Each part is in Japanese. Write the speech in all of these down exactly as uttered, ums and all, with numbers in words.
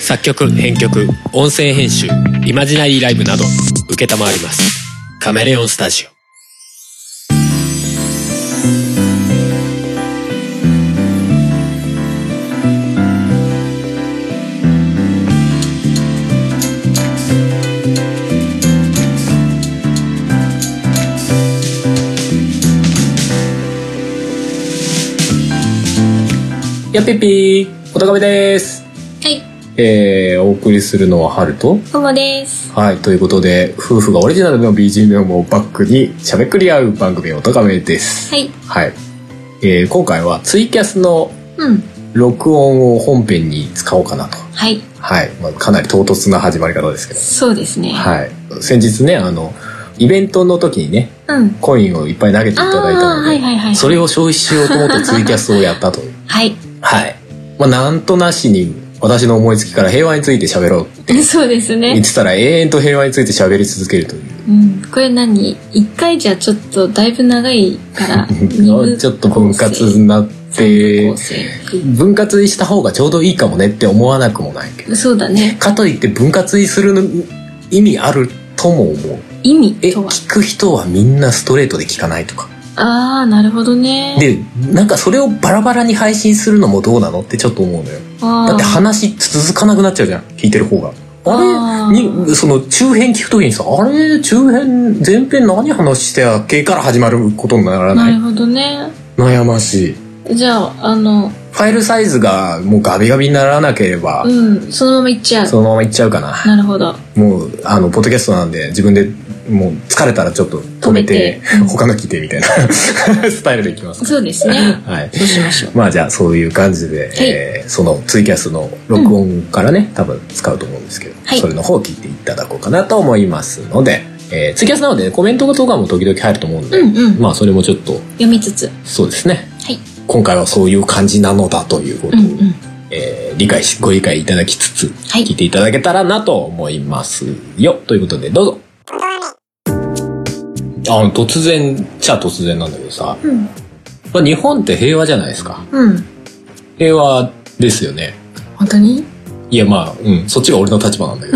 作曲編曲音声編集イマジナリーライブなど承りますカメレオンスタジオ。 やっぴっぴー、おたかめです。 はい。 えー、お送りするのはハルとももです。 はい、ということで、夫婦がオリジナルの ビージーエム をバックにしゃべくり合う番組おたかめです。 はい。 はい。えー、今回はツイキャスのうん。 録音を本編に使おうかなと。 はい。 はい。まあ、かなり唐突な始まり方ですけど。 そうですね。 はい。先日ね、あの、イベントの時にね、 うん、 コインをいっぱい投げていただいたので、 はいはいはいはい、 それを消費しようと思ってツイキャスをやったという。 はい。 はい。まあ、なんとなしに私の思いつきから平和について喋ろうってそうですね。 言ってたら永遠と平和について喋り続けるという。 うん、これ何？一回じゃちょっとだいぶ長いからちょっと分割になって分割にした方がちょうどいいかもねって思わなくもないけど。 そうだね。 かといって分割にする意味あるとも思う。 意味とは？ え、聞く人はみんなストレートで聞かないとか。 ああ、なるほどね。 で、なんかそれをバラバラに配信するのもどうなのってちょっと思うのよ。だって話続かなくなっちゃうじゃん、聞いてる方が。あれに、その中編聞くときにさ、あれ中編前編何話してやっけから始まることにならない？ なるほどね。 悩ましい。じゃあ、あのファイルサイズがもうガビガビにならなければ、 うん、そのままいっちゃう。 そのままいっちゃうかな。 なるほど。 もうあのポッドキャストなんで自分でもう疲れたらちょっと止めて、止めて、うん、他の聞いてみたいなスタイルでいきます。 そうですね。 はい。 そうしましょう。 まあじゃあそういう感じで、はい、えー、そのツイキャスの録音からね、うん、多分使うと思うんですけど、はい、それの方を聞いていただこうかなと思いますので、えー、ツイキャスなのでコメントとかも時々入ると思うんで、うんうん、まあそれもちょっと読みつつ、 そうですね。 はい。 今回はそういう感じなのだということを、うんうん、えー、理解しご理解いただきつつ、はい、聞いていただけたらなと思いますよ。ということでどうぞ。あの突然っちゃ突然なんだけどさ、うん、まあ、日本って平和じゃないですか。 うん。 平和ですよね。 本当に？ いやまあ、うん、そっちが俺の立場なんだけど。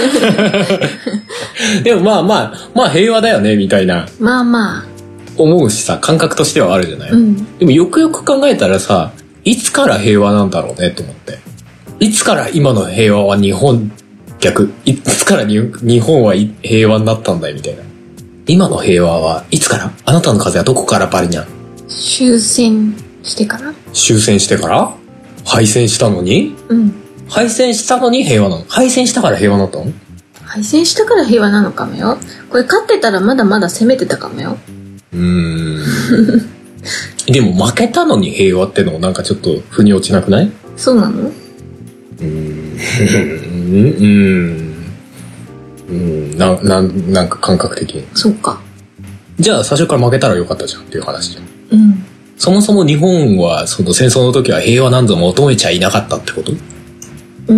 でもまあまあまあ平和だよねみたいな。 まあまあ。 思うしさ、感覚としてはあるじゃない。 うん、 でもよくよく考えたらさ、いつから平和なんだろうねと思って。いつから今の平和は日本逆、いつからに日本は平和になったんだいみたいな。今の平和はいつから？あなたの風はどこからパリニャン？ 終戦してから？ 終戦してから？敗戦したのに？ うん。 敗戦したのに平和なの？敗戦したから平和になったの？ 敗戦したから平和なのかもよ。これ勝ってたらまだまだ攻めてたかもよ。 うーん。でも負けたのに平和ってのもなんかちょっと腑に落ちなくない？ そうなの？ うーん。うーん。うん、な、な、なんか感覚的に。 そうか。 じゃあ最初から負けたらよかったじゃんっていう話じゃん。 うん。 そもそも日本はその戦争の時は平和なんぞ求めちゃいなかったってこと？ うん。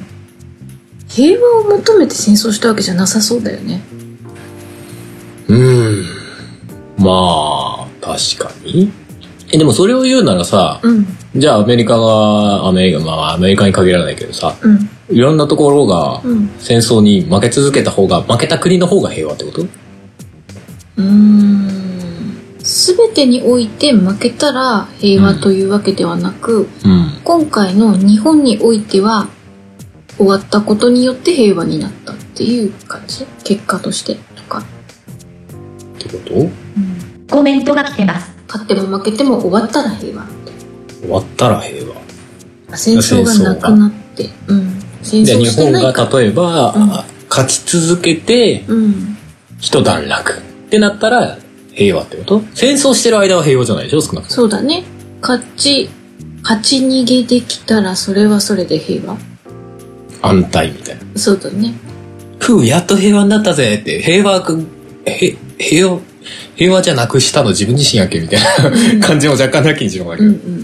平和を求めて戦争したわけじゃなさそうだよね。 うーん。まあ、確かに。え、でもそれを言うならさ、 うん、 じゃあアメリカが、アメリカ、まあアメリカに限らないけどさ、 うん、 いろんなところが戦争に負け続けた方が、負けた国の方が平和ってこと？ うーん。全てにおいて負けたら平和というわけではなく、 うん、 今回の日本においては終わったことによって平和になったっていう感じ？結果としてとか。 ってこと？うん、 コメントが来てます。勝っても負けても終わったら平和。 終わったら平和。 戦争がなくなって、うん、戦争してないか。 日本が例えば、うん、勝ち続けて、 うん、 一段落ってなったら平和ってこと？戦争してる間は平和じゃないでしょ、少なくとも。 そうだね。勝ち勝ち逃げできたらそれはそれで平和。 安泰みたいな。 そうだね。 ふう、やっと平和になったぜって平和へ平和平和じゃなくしたの自分自身やっけみたいな感じも若干なきにしろがある、うんうん、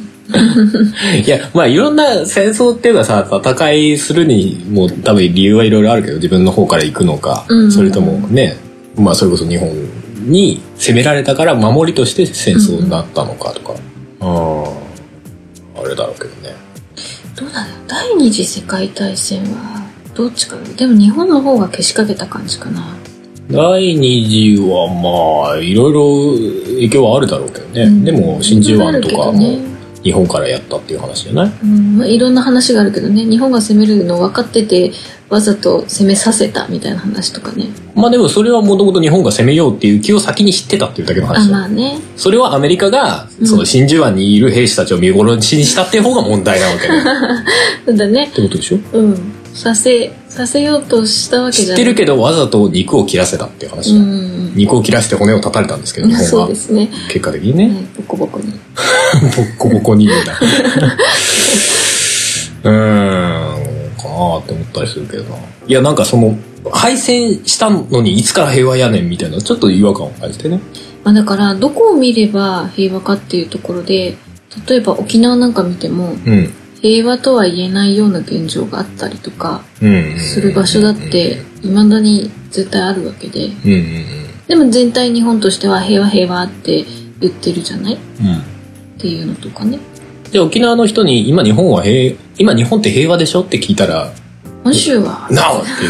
いやまあいろんな戦争っていうのはさ、戦いするにも多分理由はいろいろあるけど、自分の方から行くのか、うんうん、それともね、まあそれこそ日本に攻められたから守りとして戦争になったのかとか、うんうん、あああれだろうけどね。 どうだろう。第第二次世界大戦はどっちかな。でも日本の方がけしかけた感じかな。 第二次はまあいろいろ影響はあるだろうけどね、うん、でも真珠湾とかも日本からやったっていう話じゃない、 うんまあ、いろんな話があるけどね。日本が攻めるの分かっててわざと攻めさせたみたいな話とかね。 まあでもそれはもともと日本が攻めようっていう気を先に知ってたっていうだけの話だ。 あまあね。 それはアメリカがその真珠湾にいる兵士たちを見殺しにしたっていう方が問題なわけね。 そうだね。 ってことでしょ。 うんさせさせようとしたわけじゃない。 知ってるけどわざと肉を切らせたっていう話だ、うん、肉を切らして骨を断たれたんですけど日本はそうですね。結果的にね、ねボコボコにボコボコに言うなうーんかなって思ったりするけどな。いやなんかその敗戦したのにいつから平和やねんみたいなちょっと違和感を感じてね、 まあ、だからどこを見れば平和かっていうところで例えば沖縄なんか見ても、うん平和とは言えないような現状があったりとかする場所だって未だに絶対あるわけで、でも全体日本としては平和平和って言ってるじゃない、うん、っていうのとかね。 じゃあ沖縄の人に今日本は平今日本って平和でしょって聞いたら本州はなおって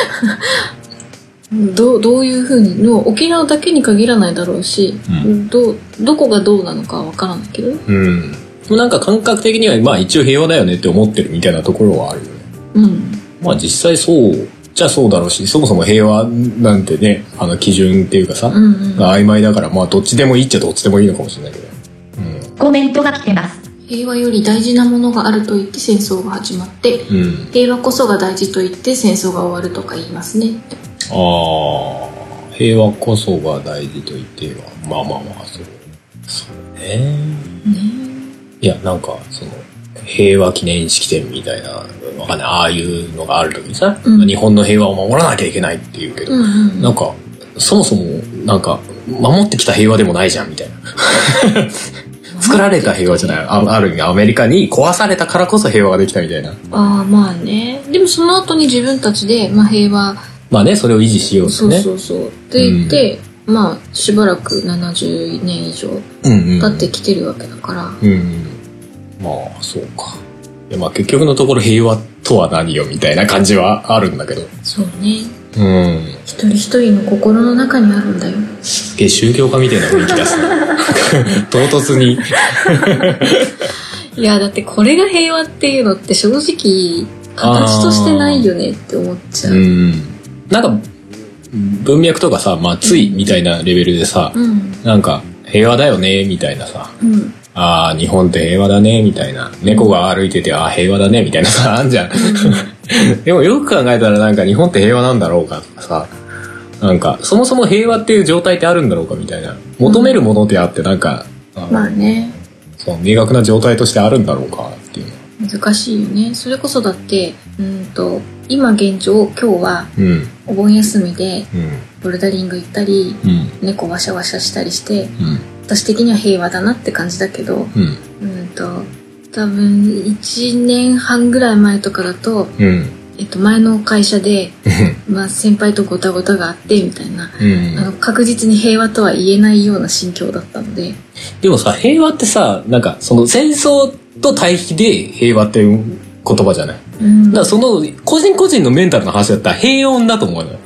いうどうどういうふうに沖縄だけに限らないだろうし、うん、ど, どこがどうなのかは分からないけど、うんなんか感覚的にはまあ一応平和だよねって思ってるみたいなところはあるよね。うん。まあ実際そうじゃそうだろうし、そもそも平和なんてね、あの基準っていうかさ、うんうん、曖昧だからまあどっちでもいいっちゃどっちでもいいのかもしれないけど。 うん。コメントが来てます。 平和より大事なものがあると言って戦争が始まって、うん、平和こそが大事と言って戦争が終わるとか言いますねって。 ああ、平和こそが大事と言ってはまあまあまあそうそうね。ね。いやなんかその平和記念式典みたいなわかんないああいうのがある時にさ、うん、日本の平和を守らなきゃいけないっていうけど、うんうん、なんかそもそもなんか守ってきた平和でもないじゃんみたいな作られた平和じゃない あ, ある意味アメリカに壊されたからこそ平和ができたみたいな。 ああまあね。でもその後に自分たちで、まあ、平和まあねそれを維持しようってね。 そうそうそうって言って、うん、まあしばらくななじゅうねん以上経ってきてるわけだから、うんうん、 まあそうか。いやまあ結局のところ平和とは何よみたいな感じはあるんだけど。 そうね。うん。一人一人の心の中にあるんだよ。 すげえ宗教家みたいな雰囲気出すね。唐突に。 いやだってこれが平和っていうのって正直形としてないよねって思っちゃう。うん。 なんか文脈とかさ、まあついみたいなレベルでさ、うん、なんか平和だよねみたいなさ。うんああ日本って平和だねみたいな猫が歩いててああ平和だねみたいなさあんじゃん、うん、でもよく考えたらなんか日本って平和なんだろうかとかさなんかそもそも平和っていう状態ってあるんだろうかみたいな求めるものであってなんか、 うん、まあねその明確な状態としてあるんだろうかっていう難しいよね。それこそだってうんと今現状今日はお盆休みでボルダリング行ったり、うん、猫ワシャワシャしたりして、うん私的には平和だなって感じだけど、うん、うんと多分いちねんはんぐらい前とかだと、うんえっと、前の会社で、まあ、先輩とごたごたがあってみたいな、うん、あの確実に平和とは言えないような心境だったので。 でもさ平和ってさなんかその戦争と対比で平和っていう言葉じゃない、うん、だからその個人個人のメンタルの話だったら平穏だと思うのよ。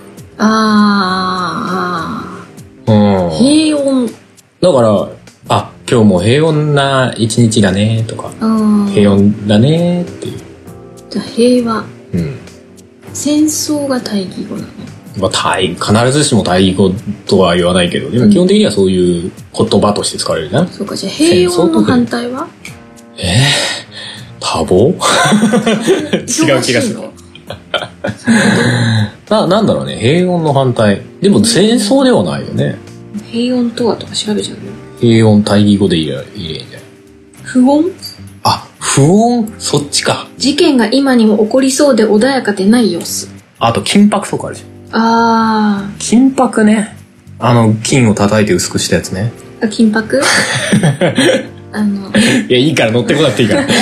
あーあー、うん、平穏だからあ今日も平穏な一日だねとか平穏だねっていう。 じゃあ平和、うん、戦争が対義語なの、 まあ、対必ずしも対義語とは言わないけどでも基本的にはそういう言葉として使われるじゃん、うん、 そうかじゃあ平穏の反対はえー、多忙違う気がするな, なんだろうね平穏の反対でも戦争ではないよね。 平穏とはとか調べちゃうよ。 平穏対義語でいいんじゃない。 不穏あ不穏そっちか。 事件が今にも起こりそうで穏やかでない様子。 あと緊迫とかあるじゃん。 あー緊迫ねあの金を叩いて薄くしたやつね。 あ緊迫あのいやいいから乗ってこなくていいから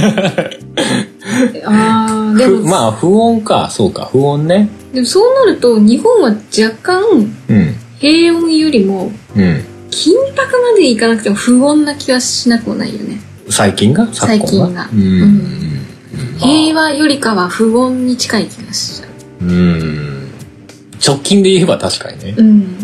あーでもまあ不穏かそうか不穏ね。 でもそうなると日本は若干、うん平穏よりも、うん、緊迫までいかなくても不穏な気はしなくもないよね。 最近が最近が、うんうん、 まあ、平和よりかは不穏に近い気がしちゃう。 うん。直近で言えば確かにね。 うん。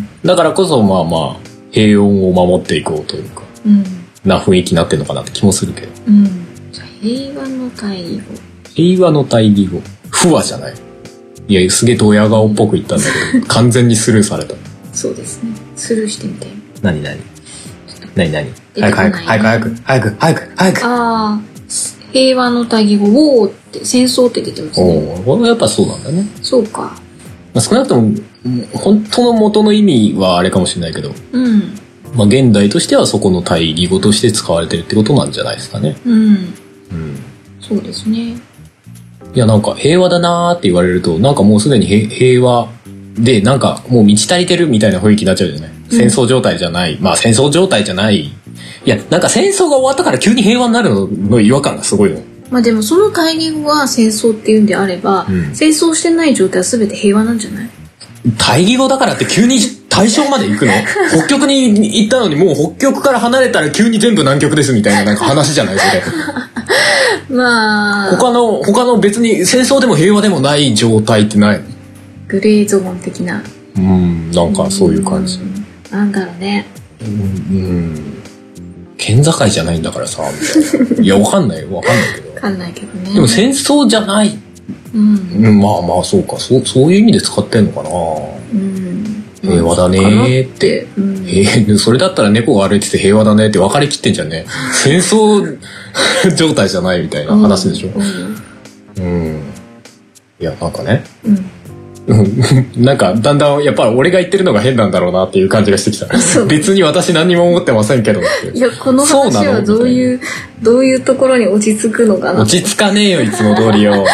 だからこそまあまあ平穏を守っていこうというか、うん、な雰囲気になってるのかなって気もするけど。 うん。じゃあ平和の対義語。 平和の対義語。不和じゃない。いやすげえドヤ顔っぽく言ったんだけど完全にスルーされた。 そうですね。スルーしてみて。 何何何何早く早く早く早く早く早く早く。 ああ。平和の対義語、ウォーって戦争って出てますね。 おこれはやっぱそうなんだね。 そうか。 まあ、少なくとも本当の元の意味はあれかもしれないけど、うん、まあ現代としてはそこの対義語として使われてるってことなんじゃないですかね。うん。うん。 そうですね。 いやなんか平和だなーって言われるとなんかもうすでに平和でなんかもう満ち足りてるみたいな雰囲気になっちゃうじゃない。戦争状態じゃない、うん、まあ戦争状態じゃない。いやなんか戦争が終わったから急に平和になるのの違和感がすごいの。 まあでもその対義語が戦争っていうんであれば、うん、戦争してない状態は全て平和なんじゃない？ 対義語だからって急に対象まで行くの？北極に行ったのにもう北極から離れたら急に全部南極ですみたいななんか話じゃないそれ。 まあ他の他の別に戦争でも平和でもない状態ってない？ グレーゾーン的な。 うんなんかそういう感じ。 うんなんだろうね。 うんうん県境じゃないんだからさみたいな。いやわかんないよわかんないけど。 わかんないけどね。 でも戦争じゃない。うん、まあまあそうかそうそういう意味で使ってんのかな。うん。平和だねーって。うん、えー、それだったら猫が歩いてて平和だねって分かりきってんじゃんね。戦争状態じゃないみたいな話でしょ。うん。うん、いやなんかね。うん。なんかだんだんやっぱり俺が言ってるのが変なんだろうなっていう感じがしてきた。別に私何も思ってませんけどって。 いやこの話はどういうどういうところに落ち着くのかな。 落ち着かねえよいつも通りよ。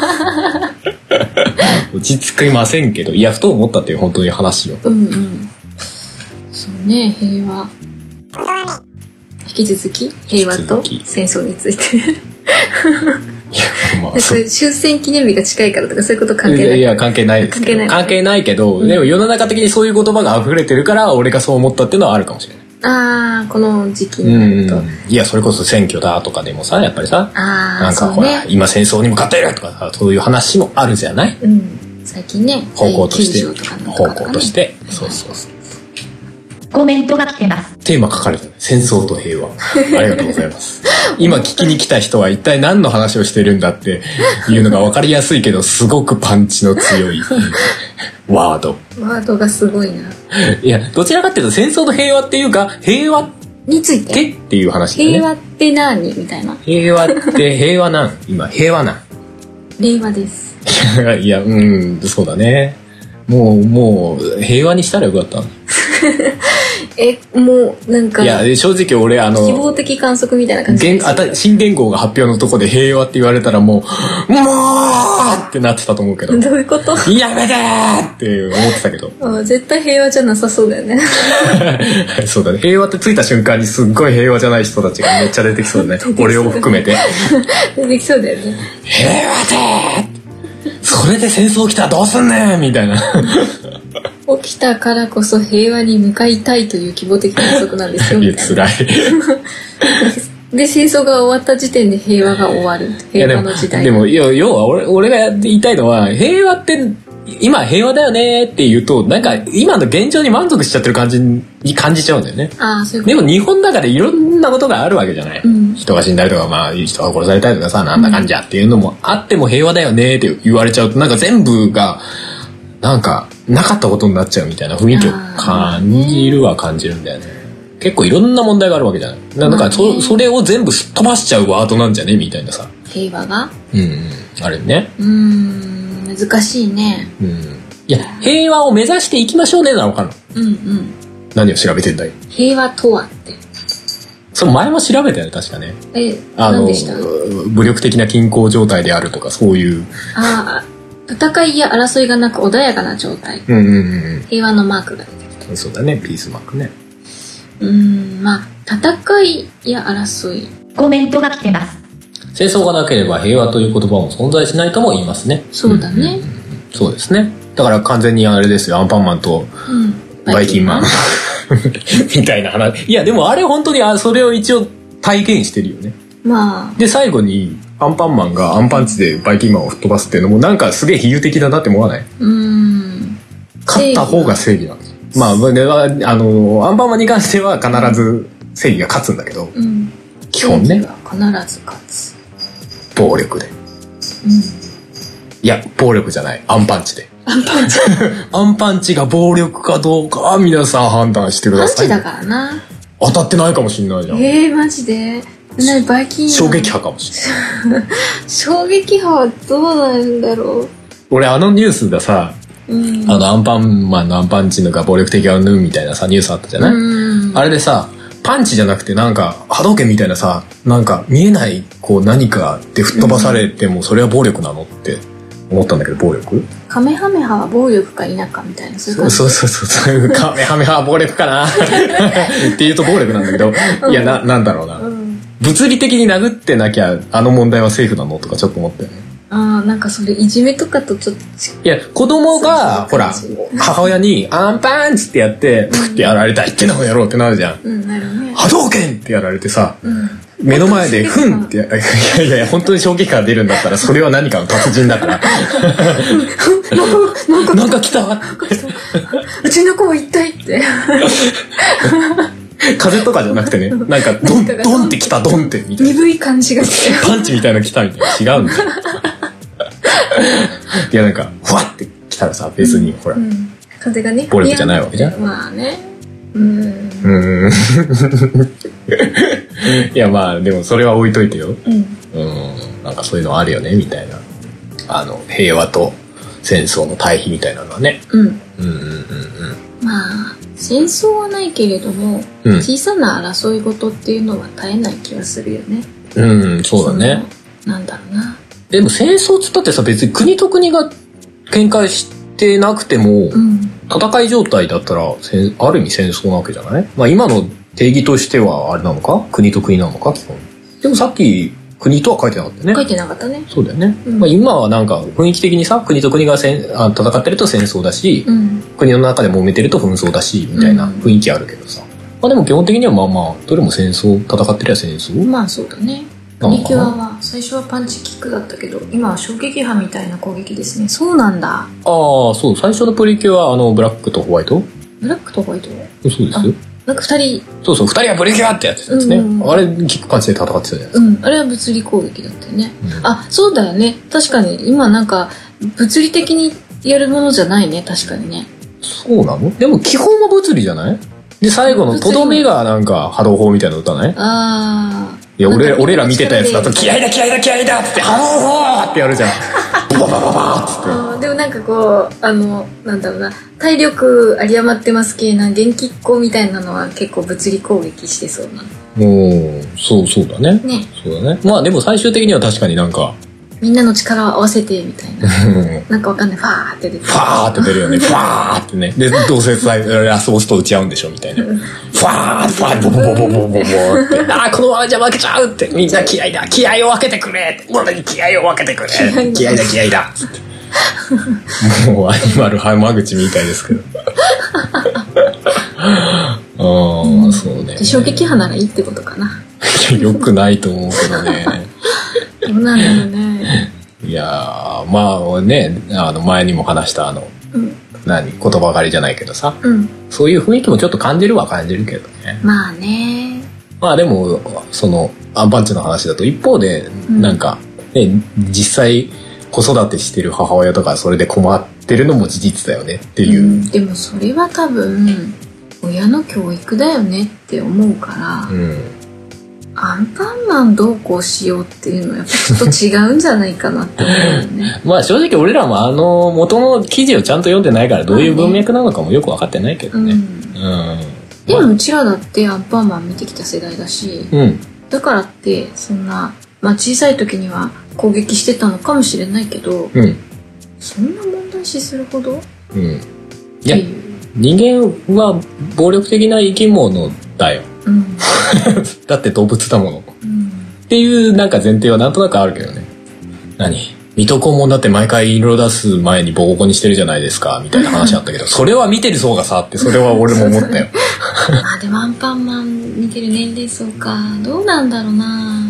落ち着きませんけどいやふと思ったっていう本当に話よ。うんうん。 そうね平和。引き続き平和と戦争について。いやまあ、それ終戦記念日が近いからとかそういうこと関係ない。いやいや関係ないですけど関係ない関係ないけど、うん、でも世の中的にそういう言葉が溢れてるから俺がそう思ったっていうのはあるかもしれない。 ああこの時期になると、うん、 いやそれこそ選挙だとかでもさやっぱりさあなんかほら、ね、今戦争に向かっているとかさそういう話もあるじゃない、 うん、最近ね方向として方向として、うん、そうそうそうコメントが来てます。 テーマ書かれてる戦争と平和ありがとうございます。今聞きに来た人は一体何の話をしてるんだっていうのが分かりやすいけどすごくパンチの強いワードワードがすごいな。 いやどちらかっていうと戦争と平和っていうか平和についてっていう話だね。 平和って何みたいな。 平和って平和なん今平和なん令和です。 いやうんそうだねもうもう平和にしたらよかったえもうなんかいや正直俺あの希望的観測みたいな感じあた新元号が発表のとこで平和って言われたらもうもうってなってたと思うけどどういうことやめてーって思ってたけどあ絶対平和じゃなさそうだよねそうだね平和ってついた瞬間にすっごい平和じゃない人たちがめっちゃ出てきそうだね俺を含めて出てきそうだよね平和でーそれで戦争来たらどうすんねんみたいな起きたからこそ平和に向かいたいという希望的観測なんですよみたいな。いや辛いで戦争が終わった時点で平和が終わる平和の時代。 でもでも要は 俺, 俺が言いたいのは平和って今平和だよねって言うとなんか今の現状に満足しちゃってる感じに感じちゃうんだよね。 あそういうこと。 でも日本の中でいろんなことがあるわけじゃない、うん、人が死んだりとか、まあ、人が殺されたりとかさなんだかんじゃっていうのもあっても平和だよねって言われちゃうとなんか全部がなんかなかったことになっちゃうみたいな雰囲気を感じるは感じるんだよね。結構いろんな問題があるわけじゃない。だからそ、それを全部すっ飛ばしちゃうワードなんじゃねみたいなさ。 平和がうん、うん、あれね。 うーん難しいね。 うん。いや平和を目指していきましょうねなのかな。 うんうん。 何を調べてんだい。 平和とはって。 その前も調べたよね確かね。 えあの何でした？ 武力的な均衡状態であるとかそういう。 ああ。戦いや争いがなく穏やかな状態、 うんうんうん、 平和のマークが出てきた。 そうだねピースマークね。 うーんまあ戦いや争いコメントが来てます。 戦争がなければ平和という言葉も存在しないとも言いますね。 そうだね、うんうんうん、 そうですね。だから完全にあれですよアンパンマンとバイキンマン、うん、みたいな話。いやでもあれ本当にあそれを一応体現してるよね。 まあで最後にアンパンマンがアンパンチでバイキンマンを吹っ飛ばすっていうのもなんかすげえ比喩的だなって思わない？ うーん。 勝った方が正義なんですよ。まあ、あのアンパンマンに関しては必ず正義が勝つんだけど、 うん、 基本ね。 正義は必ず勝つ。 暴力で。うん。いや、暴力じゃない。アンパンチで。 アンパンチ。 アンパンチが暴力かどうかは皆さん判断してください。 パンチだからな。 当たってないかもしんないじゃん。 えー、マジで？なにバイキン衝撃波かもしれない。 衝撃波はどうなんだろう。 俺あのニュースでさ、うん、あのアンパンマンのアンパンチのが暴力的あぬみたいなさニュースあったじゃない？うん、あれでさ、パンチじゃなくてなんか波動拳みたいなさ、なんか見えないこう何かで吹っ飛ばされてもそれは暴力なのって思ったんだけど、暴力？ カメハメハは暴力か否かみたいな、そういう感じ。 そうそうそうそう、カメハメハは暴力かなって言うと暴力なんだけど、いやな、なんだろうな、うん、物理的に殴ってなきゃあの問題はセーフなのとかちょっと思ったよね。 ああ、なんかそれいじめとかとちょっといや、子供がほら母親にアンパンチってやってプってやられたいってのをやろうってなるじゃん。うん、なるね。波動拳ってやられてさ、うん、目の前でフンってやいやいやいや本当に衝撃が出るんだったらそれは何かの達人だから。なんかなんか来た。 うちの子は一体って。 風とかじゃなくてね、なんかドンドンって来たドンってみたいな。 鈍い感じがして。 パンチみたいなの来たみたいな違うんだよ。いやなんかふわって来たらさ別に、うん、ほら、うん、 風がね暴力じゃないわけじゃん。 まあね。うん。 うん。いやまあでもそれは置いといてよ。うん。うん。なんかそういうのあるよねみたいな。あの平和と戦争の対比みたいなのはね。うん。うんうんうんうん。 まあ戦争はないけれども、うん、小さな争い事っていうのは絶えない気がするよね。 うん、そうだね。 なんだろうな。 でも戦争っつったってさ、別に国と国が喧嘩してなくても、うん、戦い状態だったらある意味戦争なわけじゃない？まあ今の定義としてはあれなのか？国と国なのか基本。でもさっき国とは書いてなかったね。 書いてなかったね。 そうだよね。うん、まあ、今はなんか雰囲気的にさ、国と国が戦あ戦ってると戦争だし、うん、国の中で揉めてると紛争だしみたいな雰囲気あるけどさ。まあでも基本的にはまあまあどれも戦争、戦ってりゃ戦争。 まあそうだね。プリキュアは最初はパンチキックだったけど今は衝撃波みたいな攻撃ですね。そうなんだ。ああ、そう最初のプリキュアはあのブラックとホワイト。 ブラックとホワイト。 そうですよ。 なんか二人。 そうそう二人はプリキュアってやってたんですね。うんうん、あれキックパンチで戦ってたじゃないですか。 うん、あれは物理攻撃だったよね。うん、あ、そうだよね。確かに今なんか物理的にやるものじゃないね。確かにね。 そうなの？でも基本は物理じゃない？で最後のとどめがなんか波動砲みたいなの歌ない？ああ。いや俺俺ら見てたやつだと気合だ気合だ気合だっつって波動砲ってやるじゃん。バババババっつって。 でもなんかこうあのなんだろうな、体力有り余ってます系な元気っ子みたいなのは結構物理攻撃してそうな。 おお、そうそうだね。ね。そうだね。まあでも最終的には確かになんかみんなの力を合わせてみたいな。なんかわかんない。ファーって出てファーって出るよね。ファーってね。でどうせラスボスと打ち合うんでしょみたいな。ファーファーボボボボボボボボって。ああこのままじゃ負けちゃうって。みんな気合だ気合を分けてくれって。俺に気合を分けてくれ。気合だ気合だっつって。もうアニマル浜口みたいですけど。ああ、そうね。 衝撃波ならいいってことかな。 よくないと思うけどね。 どうなんだろうね。 いやーまあね、あの前にも話したあの、うん、何言葉狩りじゃないけどさ、うん、そういう雰囲気もちょっと感じるは感じるけどね。 まあね。 まあでもそのアンパンチの話だと一方で、うん、なんかね実際子育てしてる母親とかそれで困ってるのも事実だよねっていう、うん、 でもそれは多分親の教育だよねって思うから、うん、アンパンマンどうこうしようっていうのはやっぱちょっと違うんじゃないかなって思うよね。 まあ正直俺らもあの元の記事をちゃんと読んでないからどういう文脈なのかもよく分かってないけどね、うんうん、 でもうちらだってアンパンマン見てきた世代だし、うん、だからってそんな、まあ、小さい時には攻撃してたのかもしれないけど、うん、そんな問題視するほど、うん、 いや人間は暴力的な生き物だよ、うん、だって動物だもの、うん、っていうなんか前提はなんとなくあるけどね。何水戸黄門だって毎回色出す前にボコボコにしてるじゃないですかみたいな話あったけどそれは見てる層がさってそれは俺も思ったよ。 まあでもアンパンマン見てる年齢層かどうなんだろうな。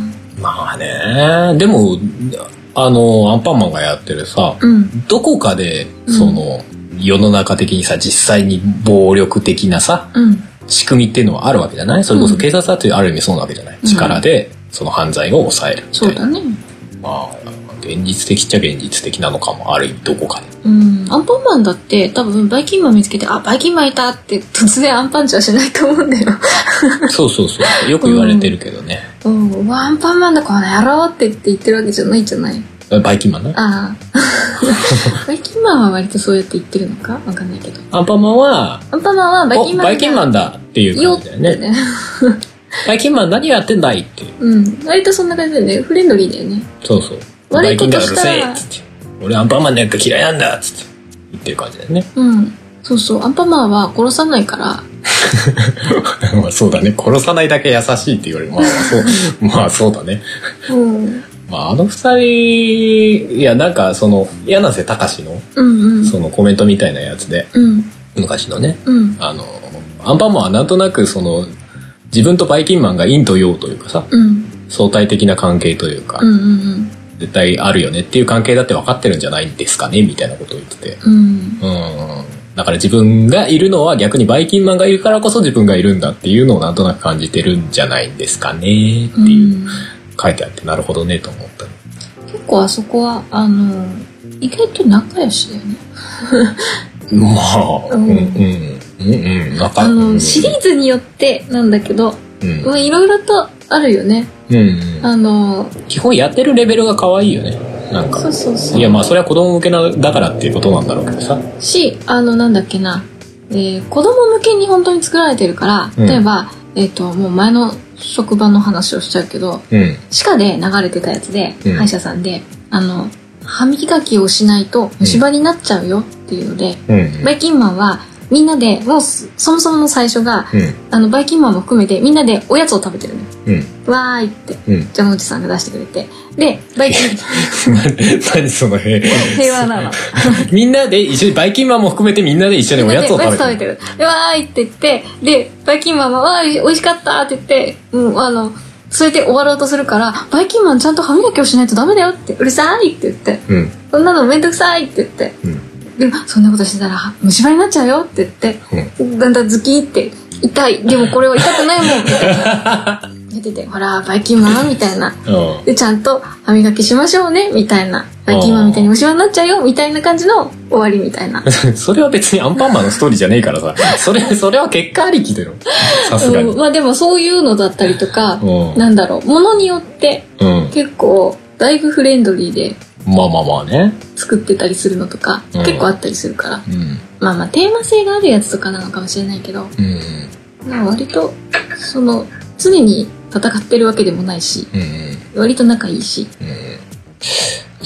まあね、でもあのアンパンマンがやってるさ、うん、どこかでその、うん、世の中的にさ実際に暴力的なさ、うん、仕組みっていうのはあるわけじゃない。それこそ警察だってある意味そうなわけじゃない、うん、力でその犯罪を抑えるみたいな。 そうだね。 まあ現実的っちゃ現実的なのかも、ある意味どこかで。 うん、アンパンマンだって多分バイキンマン見つけて、あバイキンマンいたって突然アンパンチはしないと思うんだよ。 そうそうそう、よく言われてるけどね。 うん、うん、アンパンマンだこの野郎って言って言ってるわけじゃないじゃない。 バイキンマンね。 ああ。バイキンマンは割とそうやって言ってるのかわかんないけど。 アンパンマンはアンパンマンはバイキンマンだ。 バイキンマンだっていう感じだよね。ねバイキンマン何やってんだいって。 うん、割とそんな感じだよね。フレンドリーだよね。 そうそう。バイキンがうるせえっつって、俺アンパンマンのやつ嫌いなんだっつって言ってる感じだよね。 うん、そうそう。アンパンマンは殺さないから。 まあそうだね。殺さないだけ優しいって言われる。まあそうまあそうだね。うん。まああの二人、いやなんかその柳瀬隆の、うんうん、そのコメントみたいなやつで、うん、昔のね、うん、あのアンパンマンはなんとなくその自分とバイキンマンが陰と陽というかさ、うん、相対的な関係というか、うんうんうん、絶対あるよねっていう関係だって分かってるんじゃないんですかねみたいなことを言ってて、うんうん、だから自分がいるのは逆にバイキンマンがいるからこそ自分がいるんだっていうのをなんとなく感じてるんじゃないんですかねっていう、うん、書いてあってなるほどねと思った。 結構あそこはあの意外と仲良しだよね。 まあ、うんうんうんうん、仲あのシリーズによってなんだけど、うん、まあいろいろとあるよね。うんうん、あの基本やってるレベルが可愛いよね。なんかそうそうそう。 いやまあそれは子供向けなだからっていうことなんだろうけどさ。 しあのなんだっけな、えー、子供向けに本当に作られてるから、うん、例えばえっ、ー、ともう前の職場の話をしちゃうけど、うん、歯科で流れてたやつで、うん、歯医者さんであの歯磨きをしないと虫歯になっちゃうよっていうので、うん、バイキンマンはみんなでもうそもそもの最初が、うん、あのバイキンマンも含めてみんなでおやつを食べてるの、うん、わーいって、うん、ジャムおじさんが出してくれてでバイキンマン何その平平和なのみんなで一緒にバイキンマンも含めてみんなで一緒におやつを食べてる食べてるでわーいって言ってでバイキンマンはわーいおいしかったって言ってもうあのそれで終わろうとするからバイキンマンちゃんと歯磨きをしないとダメだよってうるさいって言って、うん、そんなのめんどくさいって言って、うん、でそんなことしてたら虫歯になっちゃうよって言って、うん、だんだんズキーって痛いでもこれは痛くないもんみたいな言っててほらバイキンマンみたいなでちゃんと歯磨きしましょうねみたいなバイキンマンみたいに虫歯になっちゃうよみたいな感じの終わりみたいなそれは別にアンパンマンのストーリーじゃねえからさそれそれは結果ありきだよさすがに、 うん、まあでもそういうのだったりとかなんだろうものによって結構だいぶフレンドリーでまあまあまあね作ってたりするのとか、うん、結構あったりするから、うん、まあまあテーマ性があるやつとかなのかもしれないけど、うん、まあ割とその常に戦ってるわけでもないし、うん、割と仲いいし、うん、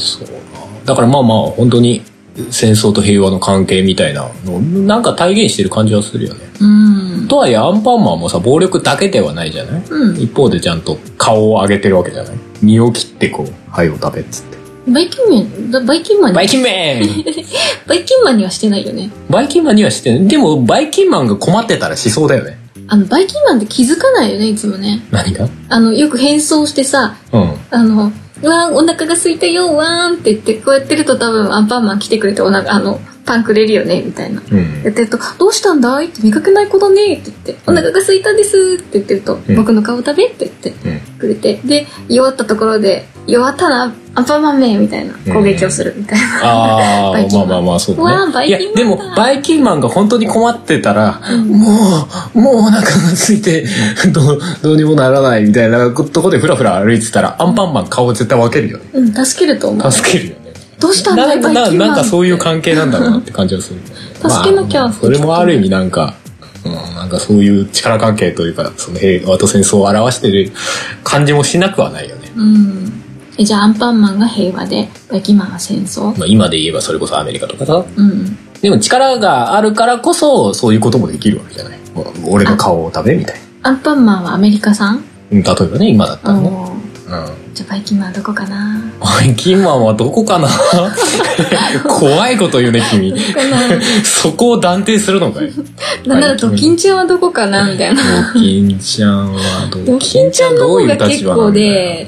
そうなだからまあまあ本当に戦争と平和の関係みたいなのなんか体現してる感じはするよね、うん、とはいえアンパンマンもさ暴力だけではないじゃない、うん、一方でちゃんと顔を上げてるわけじゃない身を切ってこう灰を食べっつってバイキンマンバイキンマンにバイキンマンバイキンマンにはしてないよねバイキンマンにはしてないでもバイキンマンが困ってたらしそうだよねあのバイキンマンって気づかないよねいつもね何があのよく変装してさ、うん、あのうわーお腹が空いたよわーんって言ってこうやってると多分アンパンマン来てくれてお腹あのパンくれるよねみたいな、うん、やってるとどうしたんだいって見かけない子だねって言ってお腹が空いたんですって言ってると、うん、僕の顔食べって言ってくれて、うん、で弱ったところで弱ったなアンパンマンめみたいな攻撃をするみたいな、うん、 ああまあまあまあそうだねいやでもバイキンマンが本当に困ってたら、うん、もうもうお腹が空いてどうどうにもならないみたいなとこでフラフラ歩いてたらアンパンマン顔絶対分けるよねうん助けると思う助けるよねどうしたんだいバイキンマンなんかそういう関係なんだろうなって感じがする助けなきゃ、まあ、 それもある意味なんか、うん、なんかそういう力関係というかその平和と戦争を表してる感じもしなくはないよねうんえじゃあアンパンマンが平和でバイキンマンが戦争、 まあ、今で言えばそれこそアメリカとかさ、うん、でも力があるからこそそういうこともできるわけじゃない俺の顔を食べみたいなアンパンマンはアメリカ産例えばね今だったらね、 うん、じゃあバイキンマンはどこかなバイキンマンはどこかな怖いこと言うね君そこを断定するのかいなんならドキンちゃんはどこかなみたいなドキンちゃんはドキンちゃんの方が結構で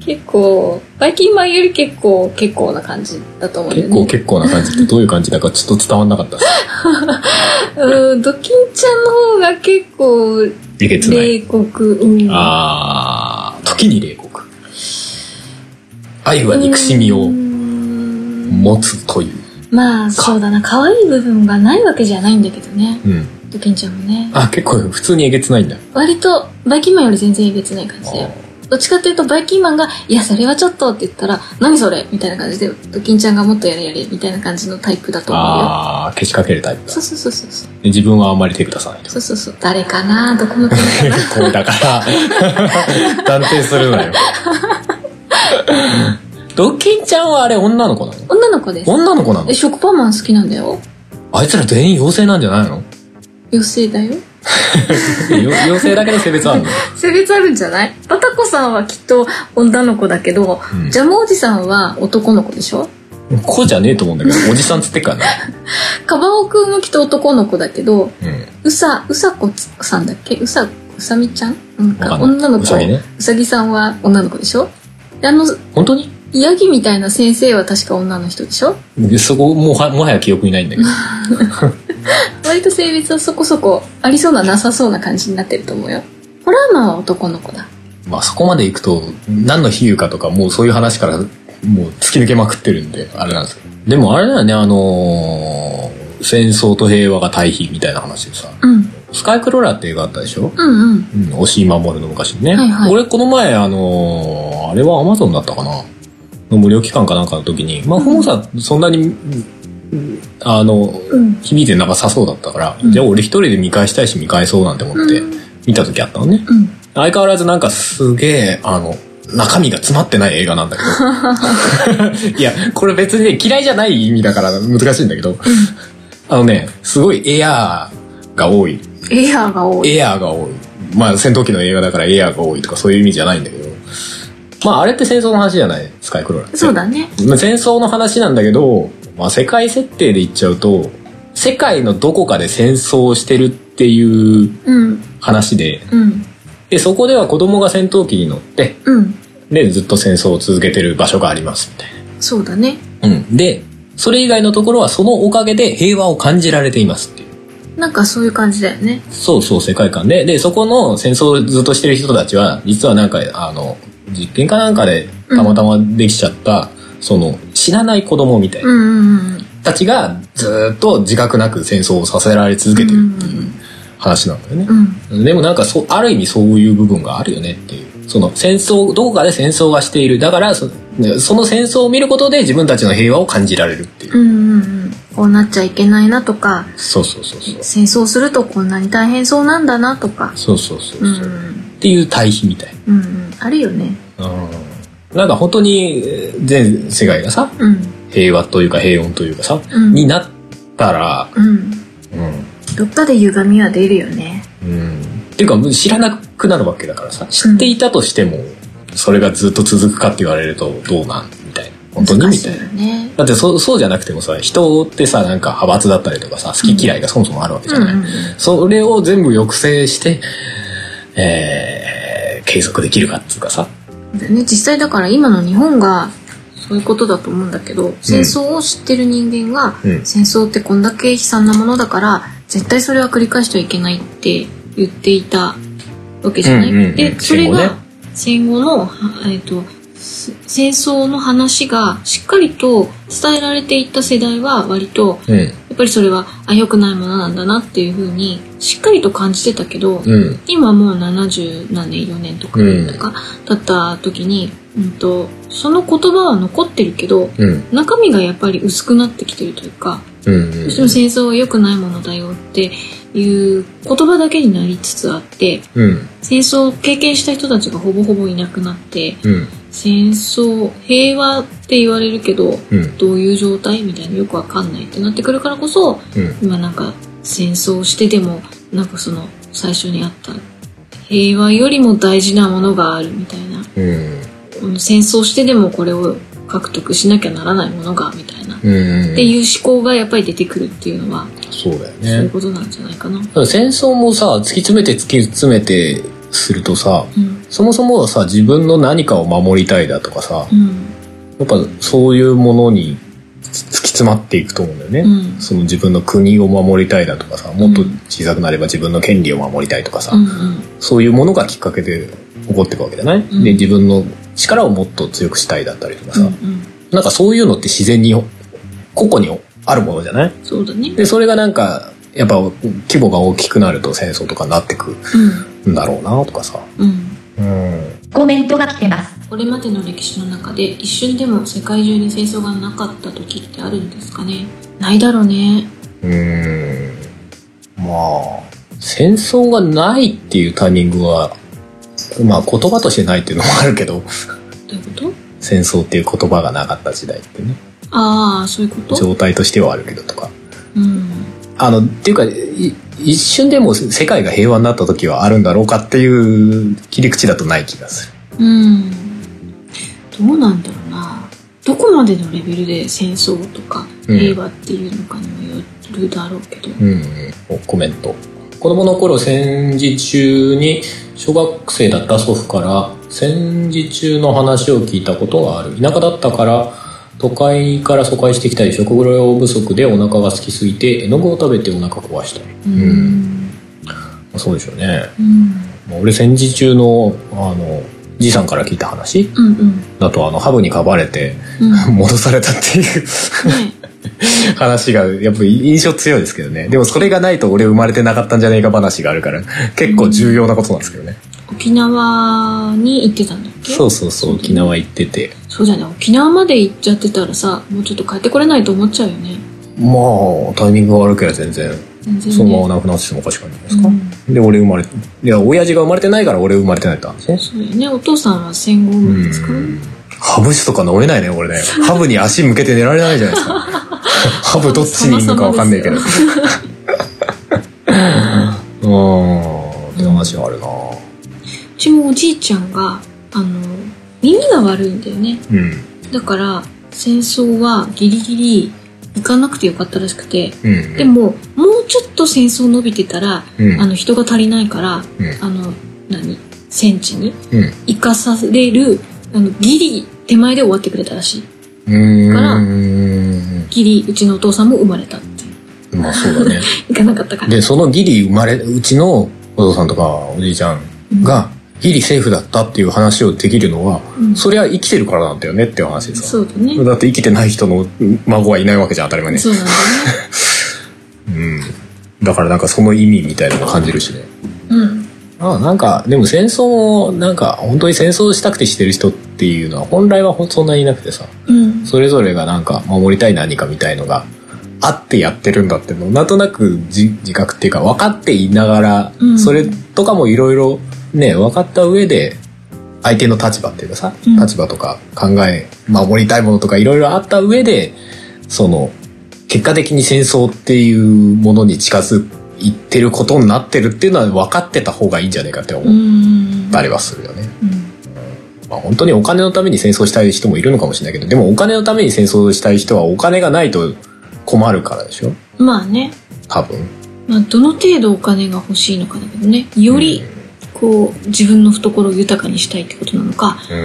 結構バイキンマンより結構結構な感じだと思うんだよね。 結構結構な感じってどういう感じだかちょっと伝わんなかったうんドキンちゃんの方が結構えげつない冷酷、うん、 あー時に冷酷、愛は憎しみを持つという、 うまあそうだな、可愛い部分がないわけじゃないんだけどね、 うん、 ドキンちゃんもね。 あ結構普通にえげつないんだ。 割とバイキンマンより全然えげつない感じだよ。どっちかっていうとバイキンマンがいやそれはちょっとって言ったら何それみたいな感じで、ドキンちゃんがもっとやれやれみたいな感じのタイプだと思うよ。 ああけしかけるタイプだ。 そうそうそうそうで自分はあんまり手出さないと。 そうそうそう。誰かな、どこの国かなこうだから断定するなよドキンちゃんはあれ女の子なの？ 女の子です。 女の子なの？ え食パンマン好きなんだよ。 あいつら全員妖精なんじゃないの？ 妖精だよ妖精だけど性別あるの？ 性別あるんじゃない？バタコさんはきっと女の子だけど、うん、ジャムおじさんは男の子でしょ？ こうじゃねえと思うんだけどおじさんつってっからねカバオくんもきっと男の子だけど、 うん、 うさうさこさんだっけ、うさうさみちゃんなんか女の子、うさぎね、うさぎさんは女の子でしょ？であの本当にヤギみたいな先生は確か女の人でしょ？ でそこもはもはや記憶にないんだけど割と性別はそこそこありそうななさそうな感じになってると思うよ。ホラーマンは男の子だ。 まあそこまでいくと何の比喩かとかもうそういう話からもう突き抜けまくってるんであれなんですけど、でもあれだよね、あのー、戦争と平和が対比みたいな話でさ、 うん、 スカイクローラーって映画あったでしょ？ うんうん、うん、 押井守の昔にね、 はいはい、 俺この前あのー、あれはアマゾンだったかなの無料期間かなんかの時に、まあホモさそんなにあの、うん、響いてなさそうだったから、うん、じゃあ俺一人で見返したいし見返そうなんて思って見た時あったのね、うん、相変わらずなんかすげえあの中身が詰まってない映画なんだけどいやこれ別にね嫌いじゃない意味だから難しいんだけど、うん、あのねすごいエアーが多いエアーが多いエアーが多いまあ戦闘機の映画だからエアーが多いとかそういう意味じゃないんだけど、まああれって戦争の話じゃないスカイクローラーって。 そうだね、 まあ、戦争の話なんだけど、まあ、世界設定で言っちゃうと世界のどこかで戦争をしてるっていう話で、うん、でそこでは子供が戦闘機に乗って、うん、でずっと戦争を続けてる場所がありますみたいな。 そうだね、 うん、でそれ以外のところはそのおかげで平和を感じられていますっていう、 なんかそういう感じだよね。 そうそう世界観で、でそこの戦争をずっとしてる人たちは実はなんかあの実験かなんかでたまたまできちゃった、うん、その知らない子供みたいな、うんうんうん、たちがずっと自覚なく戦争をさせられ続けてるっていう話なんだよね、うん、でもなんかそある意味そういう部分があるよねっていう、その戦争どこかで戦争がしている、だから そ, その戦争を見ることで自分たちの平和を感じられるっていう、 うんうんうん、こうなっちゃいけないなとか、 そうそうそうそう、 戦争するとこんなに大変そうなんだなとか、 そうそうそうそう、うん、っていう対比みたいな、 うんうん、あるよね。 うん、なんか本当に全世界がさ、うん、平和というか平穏というかさ、うん、になったら、うんうん、 どっかで歪みは出るよね。 うん、っていうか知らなくなるわけだからさ、知っていたとしても、うん、それがずっと続くかって言われるとどうなんみたいな、本当にみたいな、ね、だって そ, そうじゃなくてもさ、人ってさなんか派閥だったりとかさ好き嫌いがそもそもあるわけじゃない、うんうんうん、それを全部抑制して、えー、継続できるかっていうかさ、 ね、実際だから今の日本がそういうことだと思うんだけど、戦争を知ってる人間が、うん、戦争ってこんだけ悲惨なものだから絶対それは繰り返してはいけないって言っていたわけじゃない、うんうんうん、でそれが戦後の、えーと、戦争の話がしっかりと伝えられていった世代は割と、うん、やっぱりそれはあ良くないものなんだなっていう風にしっかりと感じてたけど、うん、今もうななじゅうなんねんよねんとかとか経った時に、うんと、その言葉は残ってるけど、うん、中身がやっぱり薄くなってきてるというか、うんうんうん、どうしても戦争は良くないものだよっていう言葉だけになりつつあって、うん、戦争を経験した人たちがほぼほぼいなくなって、うん、戦争平和って言われるけど、うん、どういう状態みたいなよくわかんないってなってくるからこそ、うん、今なんか戦争してでもなんかその最初にあった平和よりも大事なものがあるみたいな、うん、戦争してでもこれを獲得しなきゃならないものがみたいな、うん、っていう思考がやっぱり出てくるっていうのはそうだよね、 そういうことなんじゃないかな。 戦争もさ突き詰めて突き詰めてするとさ、 うん、 そもそもさ自分の何かを守りたいだとかさ、 うん、 やっぱそういうものに突き詰まっていくと思うんだよね、うん、その自分の国を守りたいだとかさ、もっと小さくなれば自分の権利を守りたいとかさ、うんうん、そういうものがきっかけで起こっていくわけじゃない、うん、で自分の力をもっと強くしたいだったりとかさ、うんうん、なんかそういうのって自然に個々にあるものじゃない？ そうだね。 でそれがなんかやっぱ規模が大きくなると戦争とかになってくんだろうなとかさ、 うんうん、 コメントが来てます。 これまでの歴史の中で一瞬でも世界中に戦争がなかった時ってあるんですかね？ないだろうね。 うーん、まあ戦争がないっていうタイミングはまあ言葉としてないっていうのもあるけど、どういうこと？ 戦争っていう言葉がなかった時代ってね。 ああ、そういうこと？ 状態としてはあるけどとか、 うん、あのっていうか一瞬でも世界が平和になった時はあるんだろうかっていう切り口だとない気がする。うん、どうなんだろうな。どこまでのレベルで戦争とか平和っていうのかにもよるだろうけど、 うんうん、コメント。子供の頃戦時中に小学生だった祖父から戦時中の話を聞いたことがある。田舎だったから都会から疎開してきたり食料不足でお腹が空きすぎて絵の具を食べてお腹壊したり、うん、うん、そうでしょうね、 うん、 俺戦時中のあのじいさんから聞いた話、 うんうん、 だとあのハブに噛まれて、うん、戻されたっていう、ね、話がやっぱり印象強いですけどね。でもそれがないと俺生まれてなかったんじゃねえか話があるから結構重要なことなんですけどね、 うん、沖縄に行ってたんだっけ？ そうそうそう、沖縄行ってて。 そうだね、沖縄まで行っちゃってたらさ、もうちょっと帰ってこれないと思っちゃうよね。 まあタイミングが悪ければ全然全然、ね、そのまま亡くなっててもおかしくないんですか、うん、で俺生まれいや親父が生まれてないから俺生まれてないってあるんですね。 そうよね。お父さんは戦後生まれですからね。 ハブとか乗れないね俺ね。ハブに足向けて寝られないじゃないですかハブどっちにいるのか分かんないけどうんって話はあるな。 うちもおじいちゃんがあの耳が悪いんだよね、 うん、 だから戦争はギリギリ行かなくてよかったらしくて、 うんうん、 でももうちょっと戦争伸びてたら、うん、あの人が足りないから、うん、あの何戦地に行かされる、あのギリ手前で終わってくれたらしい。 うんからギリうちのお父さんも生まれたっていう。 まあそうだね行かなかったから。 でそのギリ生まれうちのお父さんとかおじいちゃんが、うんギリセーフだったっていう話をできるのは、うん、それは生きてるからなんだよねっていう話です。 そうだね。 だって生きてない人の孫はいないわけじゃん、当たり前に。 そうなんだねうん。だからなんかその意味みたいなのを感じるしね。 うん。 ああなんかでも戦争もなんか本当に戦争したくてしてる人っていうのは本来はそんなにいなくてさ、 うん、 それぞれがなんか守りたい何かみたいのがあってやってるんだっていうのをなんとなく自覚っていうか分かっていながら、うん、それとかもいろいろね、分かった上で相手の立場っていうかさ、うん、立場とか考え守りたいものとかいろいろあった上でその結果的に戦争っていうものに近づいてることになってるっていうのは分かってた方がいいんじゃないかって思ったりはするよね、 うんうんまあ、本当にお金のために戦争したい人もいるのかもしれないけど、でもお金のために戦争したい人はお金がないと困るからでしょ。 まあね、 多分、 まあ、どの程度お金が欲しいのかだけどね、より、うんこう自分の懐を豊かにしたいってことなのか、 うん、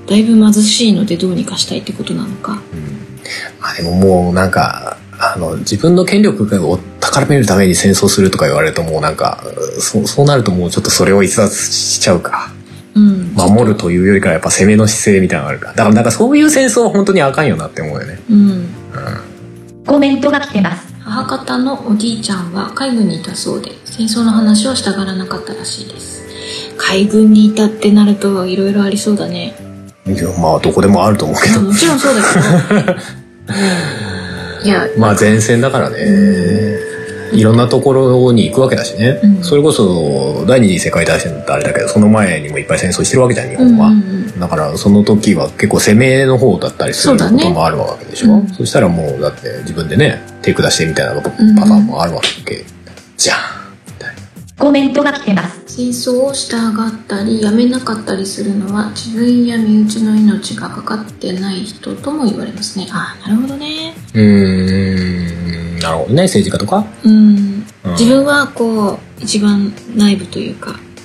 だいぶ貧しいのでどうにかしたいってことなのか、 うん、あでももうなんかあの自分の権力を高めるために戦争するとか言われるともうなんか そ, そうなるともうちょっとそれを逸脱しちゃうか、 うん、 守るというよりかはやっぱ攻めの姿勢みたいなのがあるから、だからなんかそういう戦争は本当にあかんよなって思うよね、 うんうん、 コメントが来てます。 母方のおじいちゃんは海軍にいたそうで戦争の話はしたがらなかったらしいです。海軍にいたってなるといろいろありそうだね。 いやまあどこでもあると思うけど、 もちろんそうだけどいやまあ前線だからね、うん、いろんなところに行くわけだしね、うん、それこそ第二次世界大戦ってあれだけどその前にもいっぱい戦争してるわけじゃん日本は、うんうんうん、だからその時は結構攻めの方だったりすることもあるわけでしょ。 そ,、ねうん、そしたらもうだって自分でね手下してみたいなパターンもあるわけ、うんうん、じゃんみたいな。 コメントが来てます。 戦争をしたがったりやめなかったりするのは自分や身内の命がかかってない人とも言われますね。ああなるほどね。 うーんなるほどね。政治家とか、 うん、うん、自分はこう一番内部というか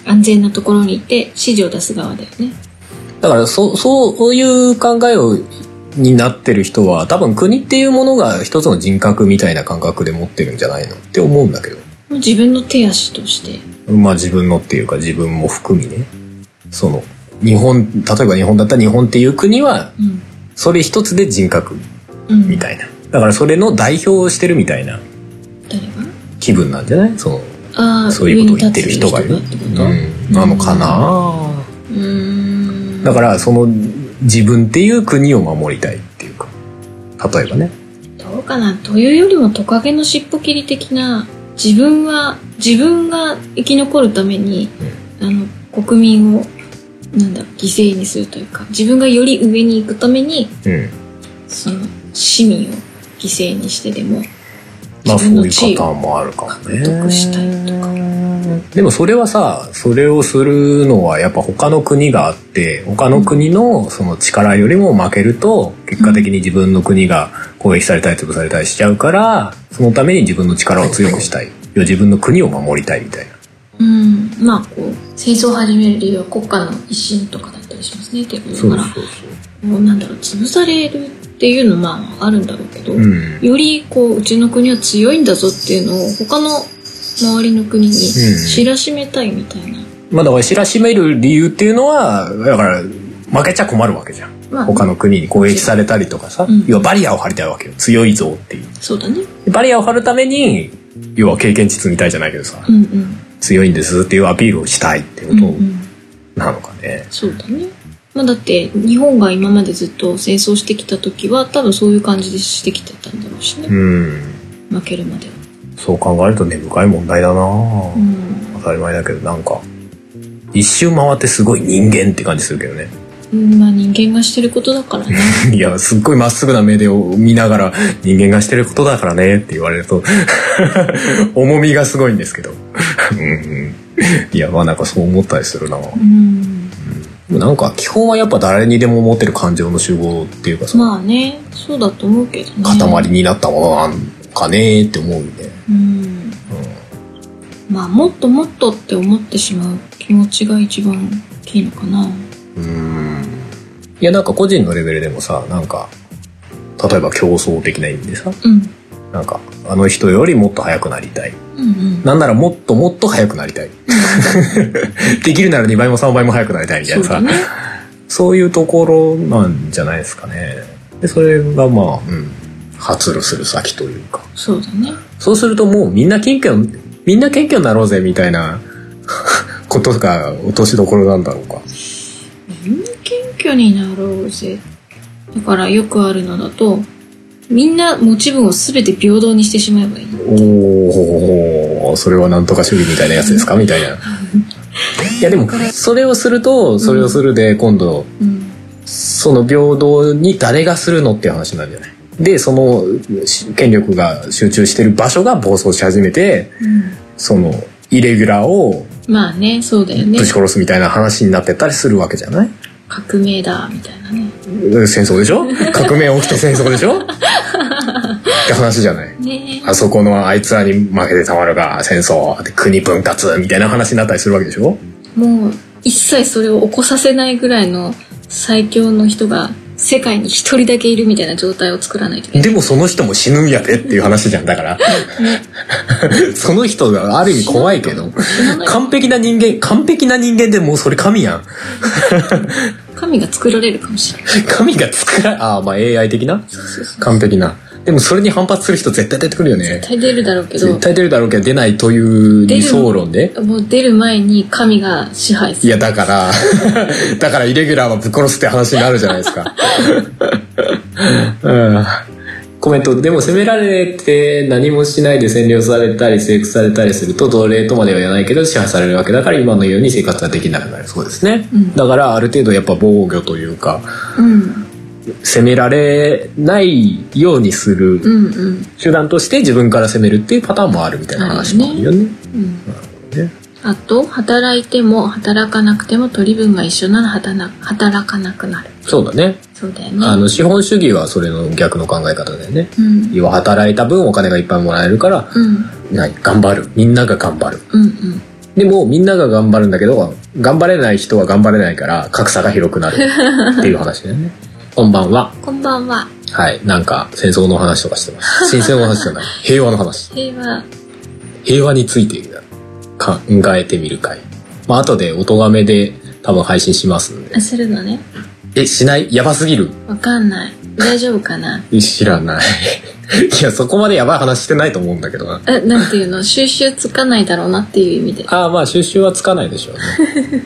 安全なところにいて指示を出す側だよね。 だからそそういう考えをになってる人は多分国っていうものが一つの人格みたいな感覚で持ってるんじゃないのって思うんだけど。 自分の手足として。 まあ自分のっていうか自分も含みね。その日本、例えば日本だったら日本っていう国は、それ一つで人格みたいな、うん、だからそれの代表をしてるみたいな気分なんじゃない？そのあそういうことを言ってる人がいる、うん、なのかな。うーんだからその自分っていう国を守りたいっていうか、例えばね。 どうかなというよりもトカゲの尻尾切り的な、自分は自分が生き残るために、うん、あの国民をなんだ犠牲にするというか、自分がより上に行くために、うん、その市民を犠牲にしてでも自分の地位を獲得したいとか。 でもそれはさ、それをするのはやっぱ他の国があって、他の国のその力よりも負けると、結果的に自分の国が攻撃されたり潰されたりしちゃうから、そのために自分の力を強くしたい、自分の国を守りたいみたいな。 うん、まあこう戦争を始める理由は国家の威信とかだったりしますね。っていうから、そうそうそう、もうなんだろう、潰されるっていうのもまああるんだろうけど、うん、よりこううちの国は強いんだぞっていうのを他の周りの国に知らしめたいみたいな、うん、 まあだから知らしめる理由っていうのはだから負けちゃ困るわけじゃん、まあ、他の国に攻撃されたりとかさ、うん、要はバリアを張りたいわけよ、強いぞっていう。 そうだね。 バリアを張るために要は経験値積みたいじゃないけどさ、うんうん、強いんですっていうアピールをしたいってことなのかね、うんうん、 そうだね。まあ、だって日本が今までずっと戦争してきた時は多分そういう感じでしてきてたんだろうしね、うん、負けるまでは。 そう考えると根深い問題だな、うん、当たり前だけどなんか一周回ってすごい人間って感じするけどね、 うん、まあ人間がしてることだからねいやすっごいまっすぐな目で見ながら人間がしてることだからねって言われると重みがすごいんですけどうん、いやまあなんかそう思ったりするな、うんうん、なんか基本はやっぱ誰にでも持ってる感情の集合っていうかさ、 まあねそうだと思うけどね、 塊になったものなんかねって思うんで、うん、うん、 まあもっともっとって思ってしまう気持ちが一番大きいのかな。 うーん、いやなんか個人のレベルでもさ、なんか例えば競争的な意味でさ、うん、なんかあの人よりもっと速くなりたい、うんうん、なんならもっともっと速くなりたいできるならにばいもさんばいも速くなりたいみたいなさ、そうだね、そういうところなんじゃないですかね。でそれがまあ、うん、発露する先というか。 そうだね。 そうするともうみんな謙虚みんな謙虚になろうぜみたいなことが落としどころなんだろうか。 みんな謙虚になろうぜ。だからよくあるのだと、みんな持ち分を全て平等にしてしまえばいい。 おお、それはなんとか主義みたいなやつですかみたいな。いやでもそれをするとそれをするで今度、うん、その平等に誰がするのっていう話なんじゃない。でその権力が集中してる場所が暴走し始めて、うん、そのイレギュラーをまあね、そうだよね、 ぶち殺すみたいな話になってったりするわけじゃない。 革命だみたいなね。 戦争でしょ革命起きて戦争でしょって話じゃない、ね、あそこのあいつらに負けてたまるが戦争で国分割みたいな話になったりするわけでしょ。 もう一切それを起こさせないぐらいの最強の人が世界に一人だけいるみたいな状態を作らないといけない。 でもその人も死ぬんやでっていう話じゃん。だから、ね、その人がある意味怖いけど、完璧な人間完璧な人間でもうそれ神やん神が作られるかもしれない。 神が作らああまあ エーアイ 的な完璧な。でもそれに反発する人絶対出てくるよね。 絶対出るだろうけど絶対出るだろうけど出ないという理想論でもう出る前に神が支配する。 いやだからだからイレギュラーはぶっ殺すって話になるじゃないですか、うん、コメントでも責められて何もしないで占領されたり征服されたりすると奴隷とまでは言わないけど支配されるわけだから今のように生活はできなくなるそうですね、うん、だからある程度やっぱ防御というか、うん攻められないようにする手段として自分から攻めるっていうパターンもあるみたいな話もあるよね。 あと働いても働かなくても取り分が一緒なら働かなくなる。 そうだね。 そうだよね。 あの資本主義はそれの逆の考え方だよね。うん、要は働いた分お金がいっぱいもらえるから、うん、何頑張るみんなが頑張る。うんうんでもみんなが頑張るんだけど頑張れない人は頑張れないから格差が広くなるっていう話だよね。こんばんは。 こんばんは。 はい、なんか戦争の話とかしてます。戦争の話じゃない。平和の話。 平和。 平和について考えてみる会。まあ後で音がめで多分配信しますんで。 あ、するのね。 え、しない？やばすぎる？ わかんない。大丈夫かな？ 知らない。いや、そこまでやばい話してないと思うんだけどな。 え、なんていうの？収集つかないだろうなっていう意味で。 ああ、まあ収集はつかないでしょうね。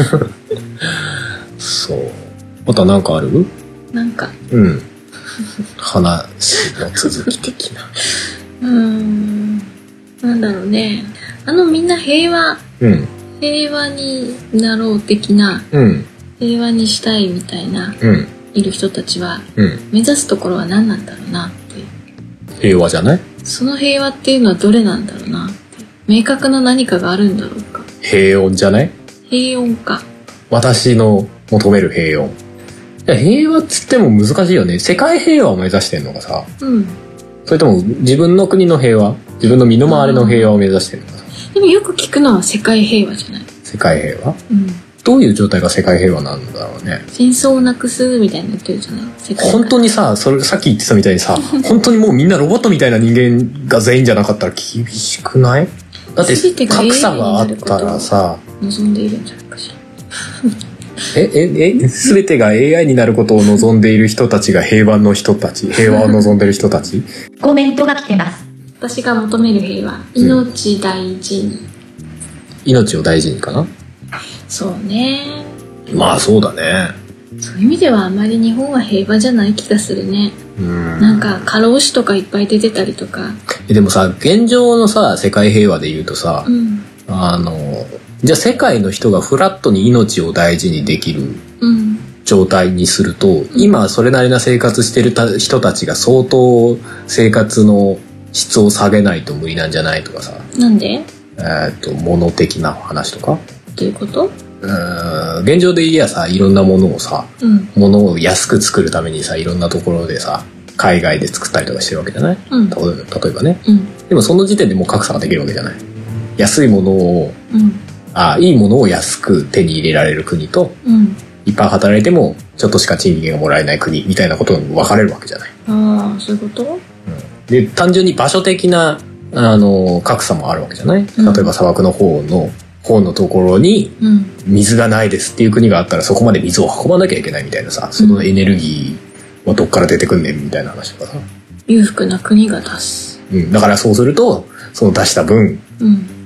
そう。またなんかある？ なんか。 うん。話の続き的な。 うーん。なんだろうね。あのみんな平和。 うん。 平和になろう的な。 うん。 平和にしたいみたいな。 うん。 いる人たちは、 うん、 目指すところは何なんだろうなっていう。 平和じゃない？ その平和っていうのはどれなんだろうなっていう。明確な何かがあるんだろうか。 平穏じゃない？ 平穏か。 私の求める平穏。平和っつっても難しいよね。世界平和を目指してんのかさ、 うん、 それとも自分の国の平和、自分の身の回りの平和を目指してるのかさ。 でもよく聞くのは世界平和じゃない？ 世界平和、 うん、 どういう状態が世界平和なんだろうね。 戦争をなくすみたいな言ってるじゃない？世界本当にさ、それさっき言ってたみたいにさ本当にもうみんなロボットみたいな人間が全員じゃなかったら厳しくない？だって格差があったらさ望んでいるんじゃないかしら。 えええ全てが エーアイ になることを望んでいる人たちが平和の人たち、平和を望んでいる人たち。 コメントが来てます。 私が求める平和、命大事に、うん、 命を大事にかな。 そうね。 まあそうだね。 そういう意味ではあまり日本は平和じゃない気がするね。うん、なんか過労死とかいっぱい出てたりとか。 でもさ、現状のさ世界平和で言うとさ、うん、あのじゃあ世界の人がフラットに命を大事にできる状態にすると、うん、今それなりな生活してる人たちが相当生活の質を下げないと無理なんじゃないとかさ。 なんで？ えー、っと物的な話とか。 どういうこと？ うーん、現状で言えばさ、いろんなものをさ、うん、物を安く作るためにさ、いろんなところでさ海外で作ったりとかしてるわけじゃない、うん、例えばね、うん、でもその時点でもう格差ができるわけじゃない。安いものを、うん、あいいものを安く手に入れられる国と、うん、いっぱい働いてもちょっとしか賃金がもらえない国みたいなことに分かれるわけじゃない。 ああ、そういうこと？うん、 で単純に場所的なあの格差もあるわけじゃない、うん、例えば砂漠の方の方のところに水がないですっていう国があったらそこまで水を運ばなきゃいけないみたいなさ、そのエネルギーはどっから出てくんねんみたいな話とかさ、 裕福な国が出す、 うん、だからそうするとその出した分、うん、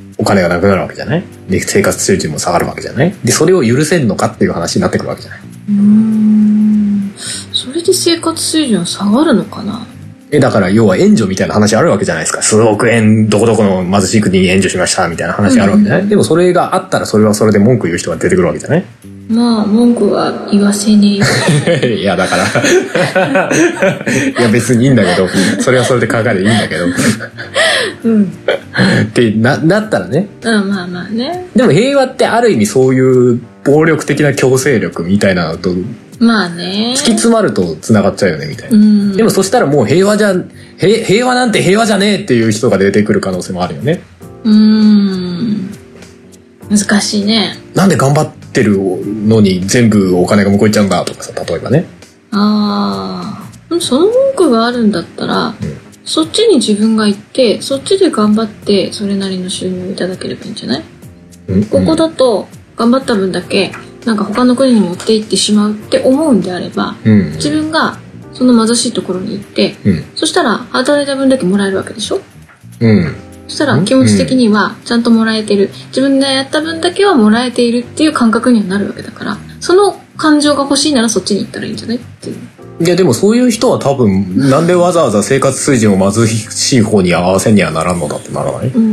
お金がなくなるわけじゃない。で生活水準も下がるわけじゃない。でそれを許せんのかっていう話になってくるわけじゃない。 うーん、それで生活水準下がるのかな。 えだから要は援助みたいな話あるわけじゃないですか。数億円どこどこの貧しい国に援助しましたみたいな話あるわけじゃない、うん、でもそれがあったらそれはそれで文句言う人が出てくるわけじゃない。 まあ文句は言わせねえよ。 いやだからいや別にいいんだけど、それはそれで考えていいんだけどうんってな、なったらね。 うん、まあまあね。 でも平和ってある意味そういう暴力的な強制力みたいなのとまあね、 突き詰まると繋がっちゃうよねみたいな、うん、でもそしたらもう平和じゃ平、平和なんて平和じゃねえっていう人が出てくる可能性もあるよね。 うーん、難しいね。 なんで頑張ってるのに全部お金が向こう行っちゃうんだとかさ、例えばね。ああ、その文句があるんだったら、うん、そっちに自分が行ってそっちで頑張ってそれなりの収入をいただければいいんじゃない、うん、ここだと頑張った分だけなんか他の国に持って行ってしまうって思うんであれば、うん、自分がその貧しいところに行って、うん、そしたら働いた分だけもらえるわけでしょ、うん、そしたら気持ち的にはちゃんともらえてる、自分でやった分だけはもらえているっていう感覚にはなるわけだから、その感情が欲しいならそっちに行ったらいいんじゃないっていう。 いやでもそういう人は多分なんでわざわざ生活水準を貧しい方に合わせにはならんのだってならない、うん、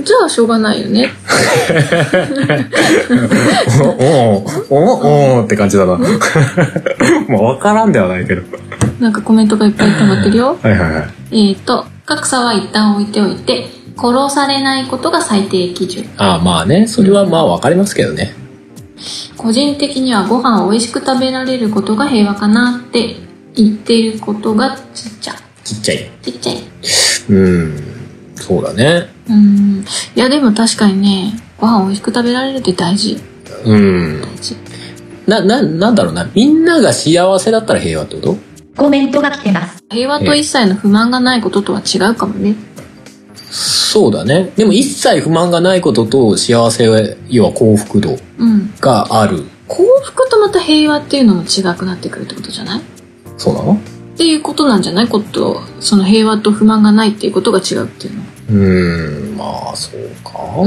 じゃあしょうがないよねおおおおって感じだなもう分からんではないけど、 なんかコメントがいっぱい溜まってるよはいはいはい。 えっと格差は一旦置いておいて殺されないことが最低基準。 ああまあね、それはまあ分かりますけどね、 うん、個人的にはご飯を美味しく食べられることが平和かなって言っていることがちっちゃちっちゃいちっちゃいうんそうだね。 ううん。いやでも確かにね、ご飯美味しく食べられるって大事。 うん。大事。な、な、なんだろうな。みんなが幸せだったら平和ってこと？ コメントが来てます。 平和と一切の不満がないこととは違うかもね。 そうだね。でも一切不満がないことと幸せは、要は幸福度がある、うん。 幸福とまた平和っていうのも違くなってくるってことじゃない？ そうなの？ っていうことなんじゃない？こと、その平和と不満がないっていうことが違うっていうの。 うーん、まあそうか。うん。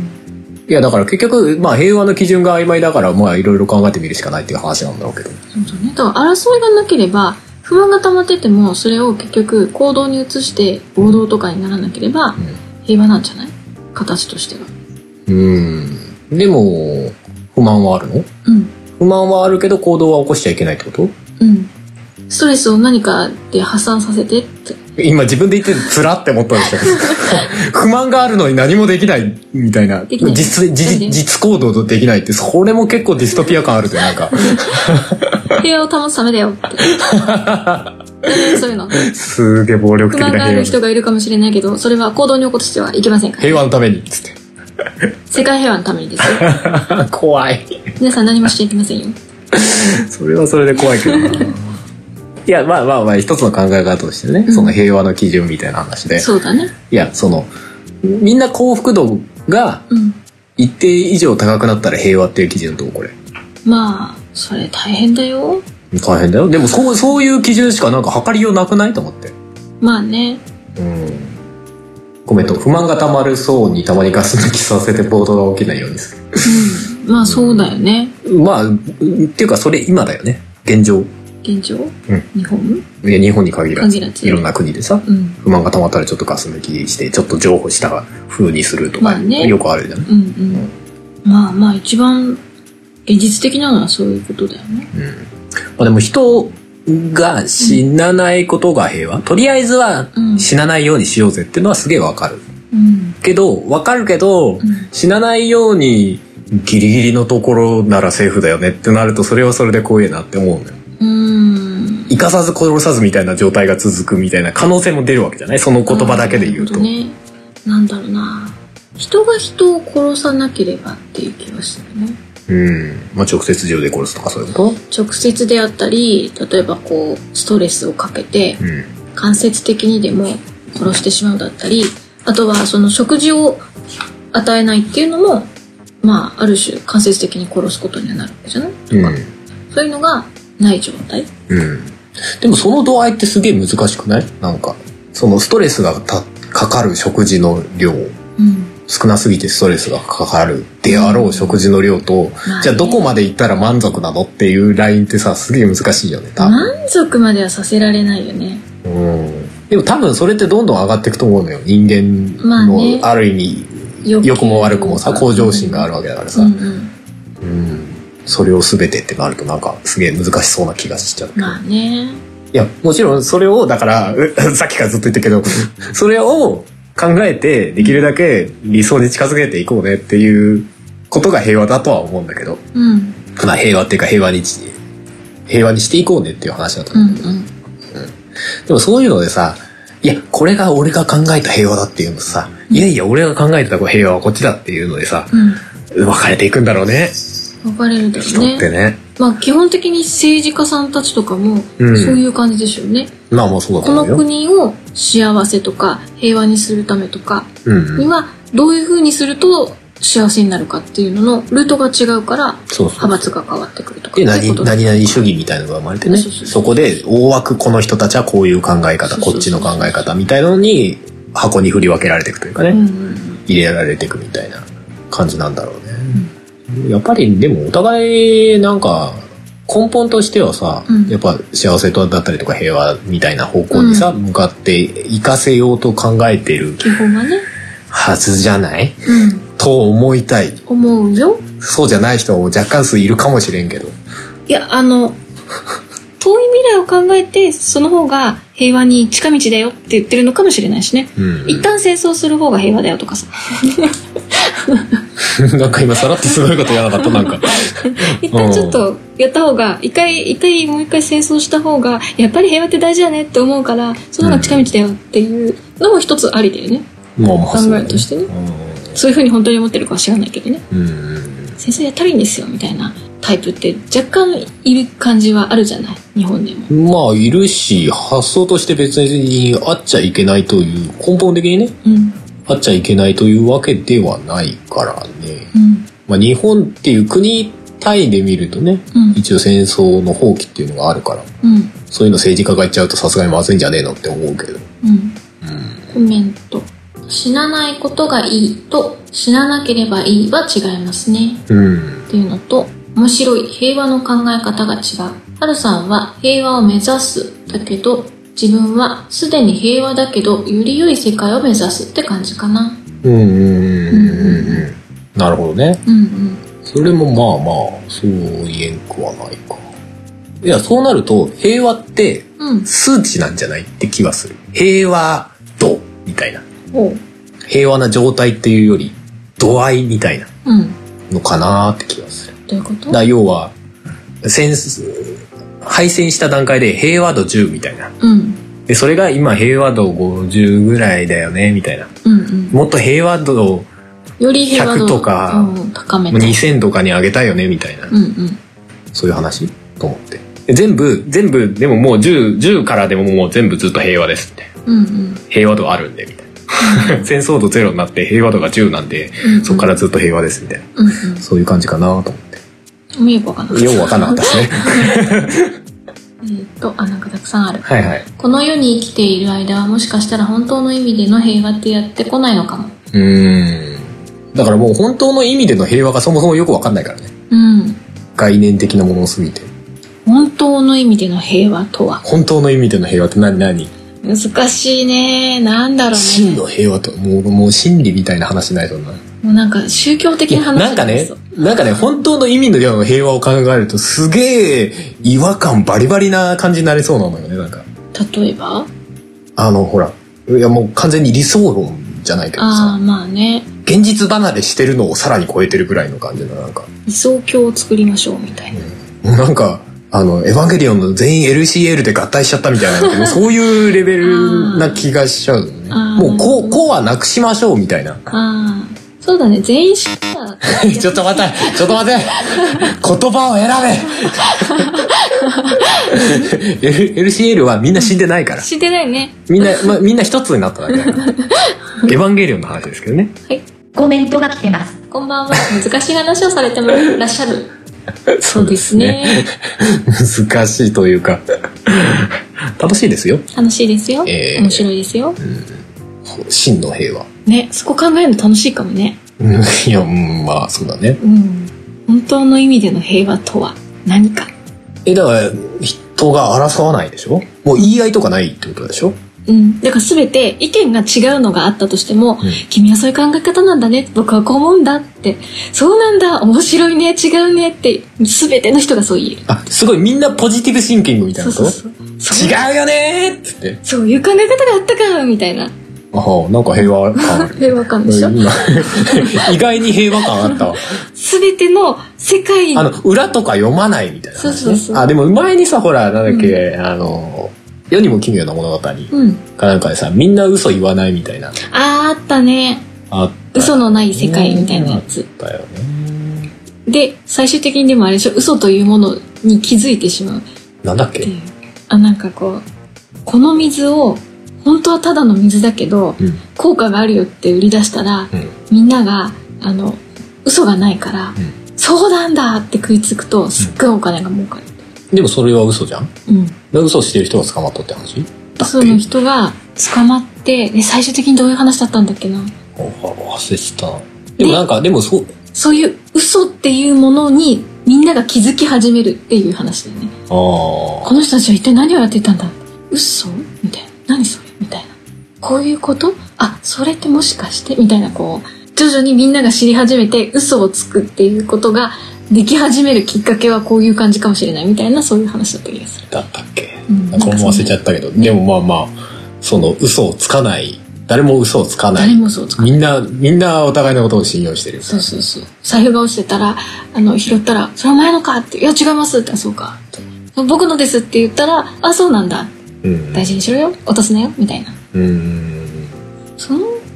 いやだから結局、まあ平和の基準が曖昧だから、まあいろいろ考えてみるしかないっていう話なんだろうけど。そうそうね。だから争いがなければ、不満が溜まっててもそれを結局行動に移して暴動とかにならなければ平和なんじゃない？形としては。 うーん。でも不満はあるの？ うん。 不満はあるけど行動は起こしちゃいけないってこと？ うん。ストレスを何かで発散させてって。 今自分で言ってつらって思ったんですけど不満があるのに何もできないみたいな、実, 実, 実行動とできないって、それも結構ディストピア感あるというなんか平和を保つためだよってそういうのすげえ暴力的な不満がある人がいるかもしれないけど、それは行動に起こしてはいけませんから、 平和のためにっつって世界平和のためにですよ怖い。 皆さん何もしちゃいけませんよそれはそれで怖いけどないやまあまあまあ一つの考え方としてね、うん、その平和の基準みたいな話で、 そうだね。 いやそのみんな幸福度が一定以上高くなったら平和っていう基準とこれ、 まあそれ大変だよ。 大変だよ。でもそうそういう基準しかなんか測りようなくないと思って。 まあね。 うん。コメント、不満がたまるそうにたまにガス抜きさせて暴動が起きないようにする。 うん。まあそうだよね。 うん、まあっていうかそれ今だよね。現状。 現状、うん、日本？ いや日本に限らず限らずいろんな国でさ、うん、不満がたまったらちょっとガス抜きしてちょっと譲歩した風にするとか、まあね、よくあるじゃない、うんうんうん、まあまあ一番現実的なのはそういうことだよね、うん。まあ、でも人が死なないことが平和、うん、とりあえずは死なないようにしようぜっていうのはすげえわかる、うん、けどわかるけど、うん、死なないようにギリギリのところならセーフだよねってなるとそれはそれで怖えなって思うんだよ。うーん、生かさず殺さずみたいな状態が続くみたいな可能性も出るわけじゃない、その言葉だけで言うと。 ね、なんだろうな、人が人を殺さなければっていう気がするね。 うん、まあ、直接銃で殺すとかそういうこと？ 直接であったり、例えばこうストレスをかけて、うん、間接的にでも殺してしまうだったり、あとはその食事を与えないっていうのも、まあある種間接的に殺すことにはなるわけじゃないとか、うん、そういうのがない状態、 うん、でもその度合いってすげえ難しくない？なんかそのストレスがたかかる食事の量、うん、少なすぎてストレスがかかるであろう食事の量と、うん、じゃあどこまでいったら満足なのっていうラインってさ、すげえ難しいよね。 満足まではさせられないよね。 うん、でも多分それってどんどん上がっていくと思うのよ。人間のある意味、まあね、良くも悪くもさ向上心があるわけだからさ、うんうんうん、それを全てってなるとなんかすげえ難しそうな気がしちゃう。 まあね。 いやもちろんそれをだからさっきからずっと言ったけどそれを考えてできるだけ理想に近づけていこうねっていうことが平和だとは思うんだけど、うん、まあ平和っていうか平和に平和にしていこうねっていう話だと思うんだけど、うんうんうん、でもそういうのでさ、いやこれが俺が考えた平和だっていうのさ、うん、いやいや俺が考えてた平和はこっちだっていうのでさ、うん、分かれていくんだろうね。 分かれるだろうね。 人ってね。 まあ基本的に政治家さんたちとかもそういう感じでしょうね。 うん、まあもうそうだと思うよ。 この国を幸せとか平和にするためとかにはどういう風にすると幸せになるかっていうののルートが違うから派閥が変わってくるとか。 で何々主義みたいなのが生まれてね。そうそうそうそう、そこで大枠この人たちはこういう考え方、こっちの考え方みたいなのに箱に振り分けられていくというかね、うんうん、入れられていくみたいな感じなんだろうね。うん、やっぱりでもお互いなんか根本としてはさ、うん、やっぱ幸せだったりとか平和みたいな方向にさ、うん、向かっていかせようと考えてる基本はねはずじゃない、 うん、 と思いたい。 思うよ。 そうじゃない人も若干数いるかもしれんけど、 いやあの遠い未来を考えてその方が平和に近道だよって言ってるのかもしれないしね、うんうん、一旦戦争する方が平和だよとかさなんか今さらってすごいこと言わなかったなんか一旦ちょっとやった方が一回一回もう一回戦争した方がやっぱり平和って大事だねって思うからその方が近道だよっていうのも一つありだよね、 まあまあ考えとしてね、うん、そういうふうに本当に思ってるかは知らないけどね、うん、先生やったらいいんですよみたいなタイプって若干いる感じはあるじゃない、日本でも。 まあいるし、発想として別にあっちゃいけないという、根本的にね、うん、あっちゃいけないというわけではないからね、うん、まあ、日本っていう国単位で見るとね、うん、一応戦争の放棄っていうのがあるから、うん、そういうの政治家が言っちゃうとさすがにまずいんじゃねえのって思うけど、うんうん、 コメント、死なないことがいいと死ななければいいは違いますね、うん、っていうのと、面白い、平和の考え方が違う。はるさんは平和を目指すだけど、自分はすでに平和だけどより良い世界を目指すって感じかな。うんうんうんうんうん。なるほどね。うんうん。それもまあまあそう言えんくはないか。いや、そうなると平和って数値なんじゃないって気はする。平和度みたいな。平和な状態っていうより度合いみたいなのかなって気がする。 どういうこと？ だ要は戦敗戦した段階で平和度じゅうみたいな、うん、でそれが今平和度ごじゅうぐらいだよねみたいな、うんうん、もっと平和度ひゃくとか、うん、高めてにせんとかに上げたいよねみたいな、うんうん、そういう話と思って、全部全部でももう 10, 10からでももう全部ずっと平和ですって、うんうん、平和度あるんでみたいな、うん、戦争度ゼロになって平和度がじゅうなんで、うんうん、そこからずっと平和ですみたいな、うんうん、そういう感じかなと思って。 よくわかんなかった。 よくわかんなかったですね。 えっと、あ、なんかたくさんある。はいはい。この世に生きている間はもしかしたら本当の意味での平和ってやってこないのかも。うーん。だからもう本当の意味での平和がそもそもよくわかんないからね。うん。概念的なものをすぎて。 本当の意味での平和とは。 本当の意味での平和って何何？ 難しいね。なんだろうね。 真の平和ともうもう真理みたいな話ないそんな。 もうなんか宗教的な話なんかね、なんかね、本当の意味のような平和を考えるとすげえ違和感バリバリな感じになりそうなのよね、なんか。 例えば？ あのほら、いやもう完全に理想論じゃないけどさ。 ああまあね。 現実離れしてるのをさらに超えてるぐらいの感じのなんか。 理想郷を作りましょうみたいな。 うん、なんかあのエヴァンゲリオンの全員 エルシーエル で合体しちゃったみたいな、もうそういうレベルな気がしちゃうのね。もうこうこうはなくしましょうみたいな。ああ。 そうだね、全員死んだちょっと待って、ちょっと待って言葉を選べエルシーエル はみんな死んでないから。 死んでないね。 みんな、ま、みんな一つになっただけだからエヴァンゲリオンの話ですけどね。 はい。 コメントが来てます。 こんばんは。難しい話をされてもいらっしゃる。そうですね。 難しいというか楽しいですよ。 楽しいですよ。えー、面白いですよ。うん、 真の平和。 ね、そこ考えるの楽しいかもね。 いや、うん、まあそうだね、 うん。本当の意味での平和とは何か。 え、だから人が争わないでしょ。もう言い合いとかないってことでしょ。 うん、だから全て意見が違うのがあったとしても、うん、君はそういう考え方なんだね、僕はこう思うんだって、そうなんだ、面白いね、違うねって全ての人がそう言える。 あ、すごいみんなポジティブシンキングみたいなこと。そうそうそう、違うよねーって。 そういう考え方があったかみたいな。 ああ、なんか平和感ある。 平和感でしょ。 意外に平和感あったわ。 全ての世界あの裏とか読まないみたいな、ね。そうそうそう。あ、でも前にさ、ほらなんだっけ、うん、あの世にも奇妙な物語かなんかでさ、みんな嘘言わないみたいな。 あー、あったね。 あった。 嘘のない世界みたいなやつ。 だよね。 で最終的にでもあれでしょ、嘘というものに気づいてしまう。 なんだっけ。 あ、なんかこうこの水を本当はただの水だけど、うん、効果があるよって売り出したら、うん、みんながあの嘘がないから、うん、そうなんだって食いつくとすっごいお金が儲かる、 うん、でもそれは嘘じゃん、うん、で嘘してる人が捕まったって話。 嘘の人が捕まってで最終的にどういう話だったんだっけな。 忘れてた。でもなんかでもそうそういう嘘っていうものにみんなが気づき始めるっていう話だよね。あ、この人たちは一体何をやっていたんだ、嘘みたいな、何それみたいな、こういうこと、あ、それってもしかしてみたいな、こう徐々にみんなが知り始めて嘘をつくっていうことができ始めるきっかけはこういう感じかもしれないみたいな、そういう話だった気がする。 だったっけ、うん、これも忘れちゃったけど、でもまあまあその嘘をつかない、誰も嘘をつかない、 誰も嘘をつかない、 みんなみんなお互いのことを信用してる。 そうそうそう。財布が落ちてたらあの拾ったら、それは前のかって、いや違いますって、あ、そうかって、僕のですって言ったら、あ、そうなんだ、うん、大事にしろよ、落とすなよみたいな。うん、その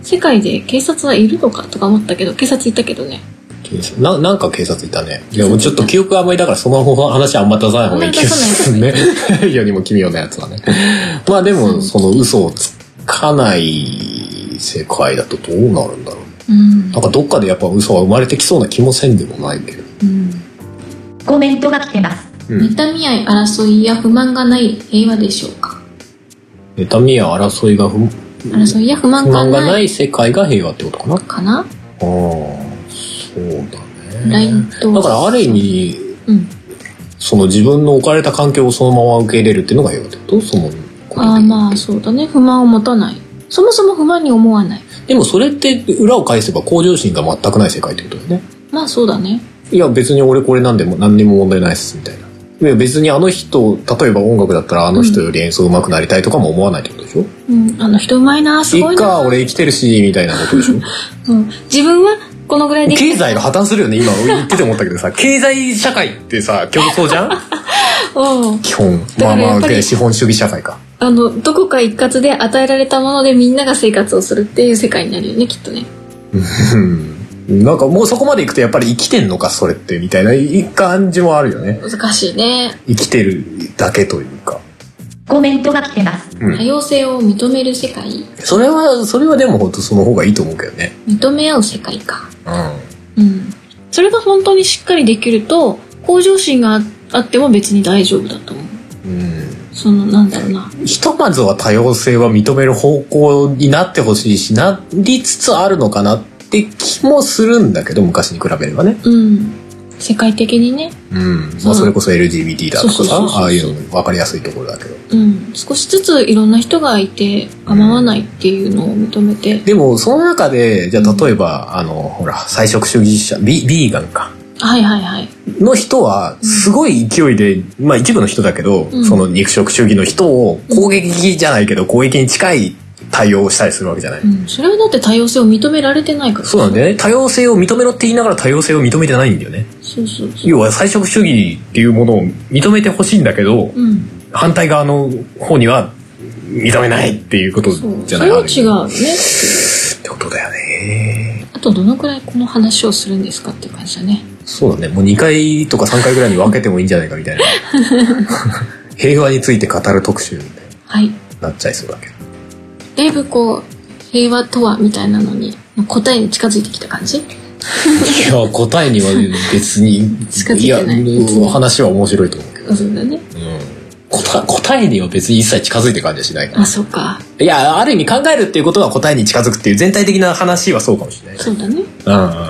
世界で警察はいるのかとか思ったけど、警察いたけどね。 な, なんか警察いたね。いやもうちょっと記憶が甘いだからその話あんま出さない方がいい気がするね。世にも奇妙なやつはね。まあでもその嘘をつかない世界だとどうなるんだろう、うん、なんかどっかでやっぱ嘘は生まれてきそうな気もせんでもないけど、うん、 コメントが来てます、 うん、妬み合い争いや不満がない平和でしょうか。 妬みや争いが不争いや不満がない、 不満がない世界が平和ってことかなかな。 ああそうだね。だからある意味、うん、その自分の置かれた環境をそのまま受け入れるっていうのが平和ってこと？そのああまあそうだね。不満を持たない。そもそも不満に思わない。 でもそれって裏を返せば向上心が全くない世界ってことだよね。 まあそうだね。 いや別に俺これなんでも何にも問題ないっすみたいな。いや別にあの人、例えば音楽だったらあの人より演奏上手くなりたいとかも思わないってことでしょ。 うん、あの人上手いな、すごいな。 いっか俺生きてるしみたいなことでしょ。 うん、自分はこのぐらいで経済が破綻するよね。今言ってて思ったけどさ、経済社会ってさ競争じゃん。基本まあまあ資本主義社会か。 あのどこか一括で与えられたものでみんなが生活をするっていう世界になるよねきっとね。 なんかもうそこまでいくとやっぱり生きてんのかそれってみたいな感じもあるよね。 難しいね。 生きてるだけというか。 コメントが来てます、 うん、多様性を認める世界。 それはそれはでも本当その方がいいと思うけどね。 認め合う世界か。うん、うん、それが本当にしっかりできると向上心があっても別に大丈夫だと思う。うん、そのなんだろうな。 ひとまずは多様性は認める方向になってほしいし、なりつつあるのかなって気もするんだけど、昔に比べればね。うん。 世界的にね。 うん。まあそれこそ エルジービーティー だとかさ、ああいうの分かりやすいところだけど。 うん。少しずついろんな人がいて構わないっていうのを認めて。うん、 でもその中でじゃあ例えば、うん、あのほら菜食主義者ビビーガンか。 はいはいはい。 の人はすごい勢いで、うん、まあ一部の人だけど、うん、その肉食主義の人を攻撃じゃないけど攻撃に近い対応をしたりするわけじゃない。うん、 それはだって多様性を認められてないから。 そうなんだよね。多様性を認めろって言いながら多様性を認めてないんだよね。 そうそうそう。 要は菜食主義っていうものを認めてほしいんだけど、うん、反対側の方には認めないっていうことじゃない。 それは違うねってことだよね。 あとどのくらいこの話をするんですかっていう感じだね。 そうだね。もうにかいとかさんかいぐらいに分けてもいいんじゃないかみたいな。平和について語る特集みたいな、はい、なっちゃいそうだけど。 だいぶこう平和とはみたいなのに答えに近づいてきた感じ。いや答えには別に近づいてない。 いや話は面白いと思うけど。 そうだね。うん、 答, 答えには別に一切近づいてる感じはしないから。 あ、そうか。 いやある意味考えるっていうことは答えに近づくっていう全体的な話はそうかもしれない。 そうだね。 うん。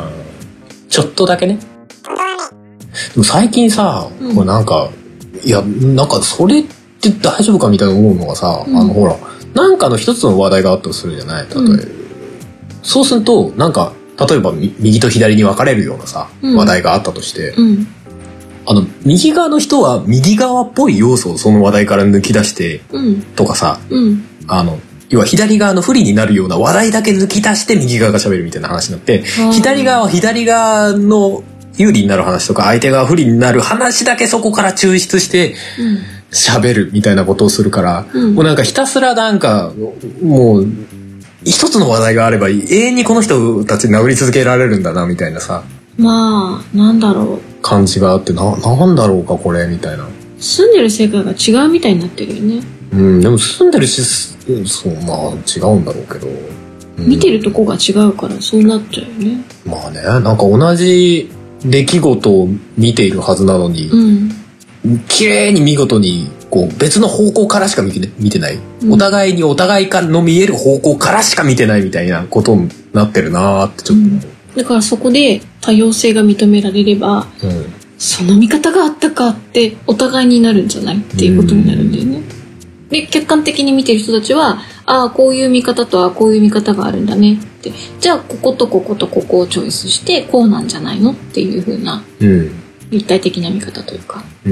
ちょっとだけね。でも最近さ、うん、これなんかいやなんかそれって大丈夫かみたいな思うのがさ、うん、あのほらなんかの一つの話題があったとするじゃない。例えば、うん、そうするとなんか例えば右と左に分かれるようなさ、うん、話題があったとして、うん、あの右側の人は右側っぽい要素をその話題から抜き出して、うん、とかさ、うん、あの要は左側の不利になるような話題だけ抜き出して右側が喋るみたいな話になって、左側は左側の有利になる話とか相手が不利になる話だけそこから抽出して喋るみたいなことをするから、うん、もうなんかひたすらなんかもう一つの話題があれば永遠にこの人たちに殴り続けられるんだなみたいなさ、 まあなんだろう感じがあって、な、なんだろうかこれみたいな。 住んでる世界が違うみたいになってるよね。 うん、でも住んでるしそうまあ違うんだろうけど、 うん、見てるとこが違うからそうなっちゃうよね。 まあね、なんか同じ出来事を見ているはずなのに、うん、綺麗に見事にこう別の方向からしか見て、見てない、うん、お互いにお互いからの見える方向からしか見てないみたいなことになってるなーってちょっと、うん、だからそこで多様性が認められれば、うん、その見方があったかってお互いになるんじゃないっていうことになるんだよね、うん、で客観的に見てる人たちはああこういう見方とはこういう見方があるんだねって、じゃあこことこことここをチョイスしてこうなんじゃないのっていう風な、うん、立体的な見方というか、うん、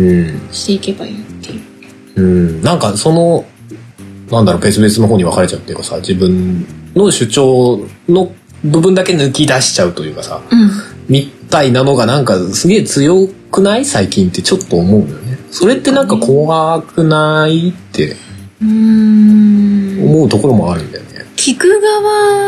していけばいいっていう、 うん、なんかそのなんだろう別々の方に分かれちゃうっていうかさ、自分の主張の部分だけ抜き出しちゃうというかさ、うん、みたいなのがなんかすげえ強くない最近ってちょっと思うよね。それってなんか怖くないってうーん思うところもあるんだよね。 聞く側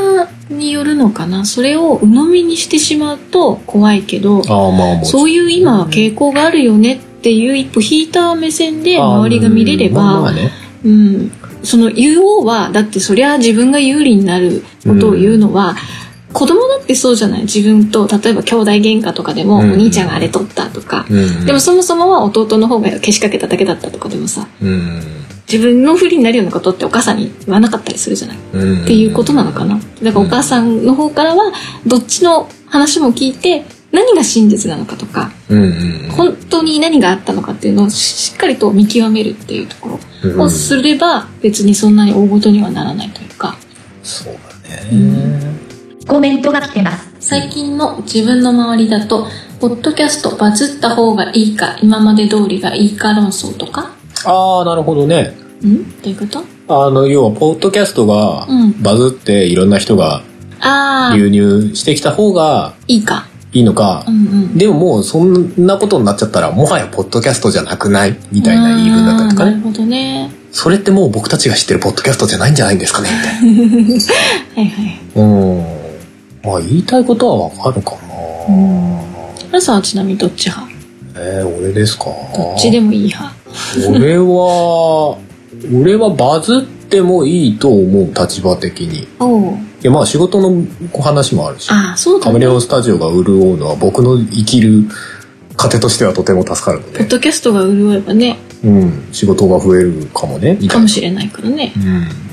によるのかな。それを鵜呑みにしてしまうと怖いけど、 あ、まあ、 そういう今は傾向があるよねっていう一歩引いた目線で周りが見れれば、まあまあね、うん、その言おうはだってそりゃ自分が有利になることを言うのは、うん、子供だってそうじゃない。自分と例えば兄弟喧嘩とかでも、うん、お兄ちゃんがあれ取ったとか、うん、でもそもそもは弟の方がけしかけただけだったとかでもさ、うん、自分の不利になるようなことってお母さんに言わなかったりするじゃない、うん、っていうことなのかな。だからお母さんの方からはどっちの話も聞いて何が真実なのかとか、うんうん、本当に何があったのかっていうのをしっかりと見極めるっていうところをすれば別にそんなに大ごとにはならないというか。 そうだね、うんコメントが来てます。 最近の自分の周りだとポッドキャストバズった方がいいか今まで通りがいいか論争とか。 ああ、なるほどね。 んどういうこと？ あの要はポッドキャストがバズっていろんな人が流入してきた方がいいかいいのか、うんうん、でももうそんなことになっちゃったらもはやポッドキャストじゃなくないみたいな言い分だったりとかね。 なるほどね。 それってもう僕たちが知ってるポッドキャストじゃないんじゃないんですかねみたいなはいはい。うん。まあ言いたいことはわかるかな。 原さんはちなみにどっち派？ えー、俺ですか。 どっちでもいい派。 俺は俺はバズってもいいと思う立場的に。おう。いやまあ仕事の話もあるし。 ああ、そうだね。 カメレオンスタジオが潤うのは僕の生きる糧としてはとても助かるので。 ポッドキャストが潤えばね。 うん、仕事が増えるかもね。 かもしれないからね。 うん。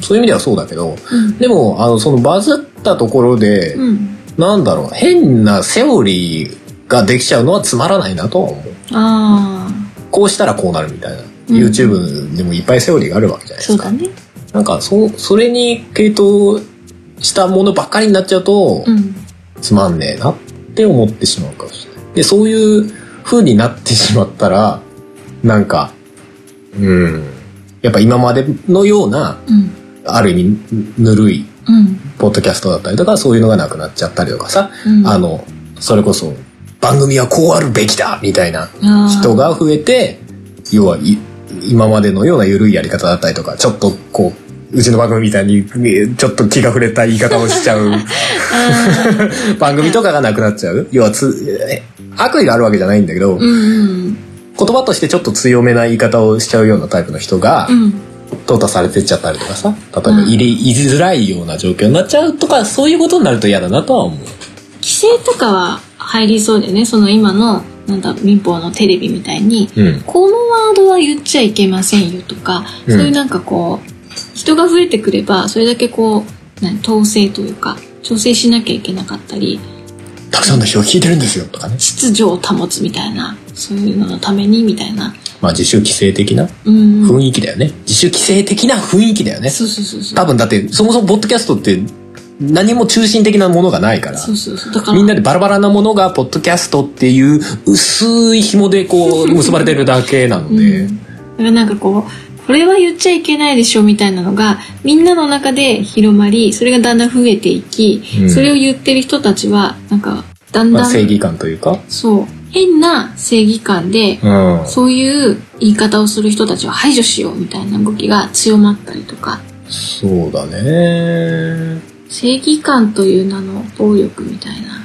そういう意味ではそうだけど、うん、でもあのそのバズったところで、うん、なんだろう変なセオリーができちゃうのはつまらないなとは思う。ああ。こうしたらこうなるみたいな、うん、YouTube でもいっぱいセオリーがあるわけじゃないですか。 そうだね。 なんかそそれに傾倒したものばっかりになっちゃうと、うん、つまんねえなって思ってしまうかもしれない。でそういう風になってしまったらなんかうん、やっぱ今までのような、うん、ある意味ぬるいポッドキャストだったりとかそういうのがなくなっちゃったりとかさ、うん、あのそれこそ番組はこうあるべきだみたいな人が増えて要は今までのような緩いやり方だったりとかちょっとこううちの番組みたいにちょっと気が触れた言い方をしちゃう番組とかがなくなっちゃう要はつ悪意があるわけじゃないんだけど、うんうん言葉としてちょっと強めな言い方をしちゃうようなタイプの人が、うん、淘汰されてっちゃったりとかさ例えば入れ、うん、居づらいような状況になっちゃうとかそういうことになると嫌だなとは思う。 規制とかは入りそうでねその今のなんだ民放のテレビみたいに、うん、このワードは言っちゃいけませんよとか、うん、そういうなんかこう人が増えてくればそれだけこう何統制というか調整しなきゃいけなかったりたくさんの人が聞いてるんですよとかね秩序を保つみたいなそういうののためにみたいなまあ自主規制的な雰囲気だよね、うん、自主規制的な雰囲気だよね。 そうそうそうそう多分だってそもそもポッドキャストって何も中心的なものがないからそうそうそうだからみんなでバラバラなものがポッドキャストっていう薄い紐でこう結ばれてるだけなので、うん、 だからなんかこうこれは言っちゃいけないでしょみたいなのがみんなの中で広まりそれがだんだん増えていき、うん、それを言ってる人たちはなんかだんだん、まあ、 正義感というかそう変な正義感で、うん、そういう言い方をする人たちを排除しようみたいな動きが強まったりとかそうだね正義感という名の暴力みたいな、 うん、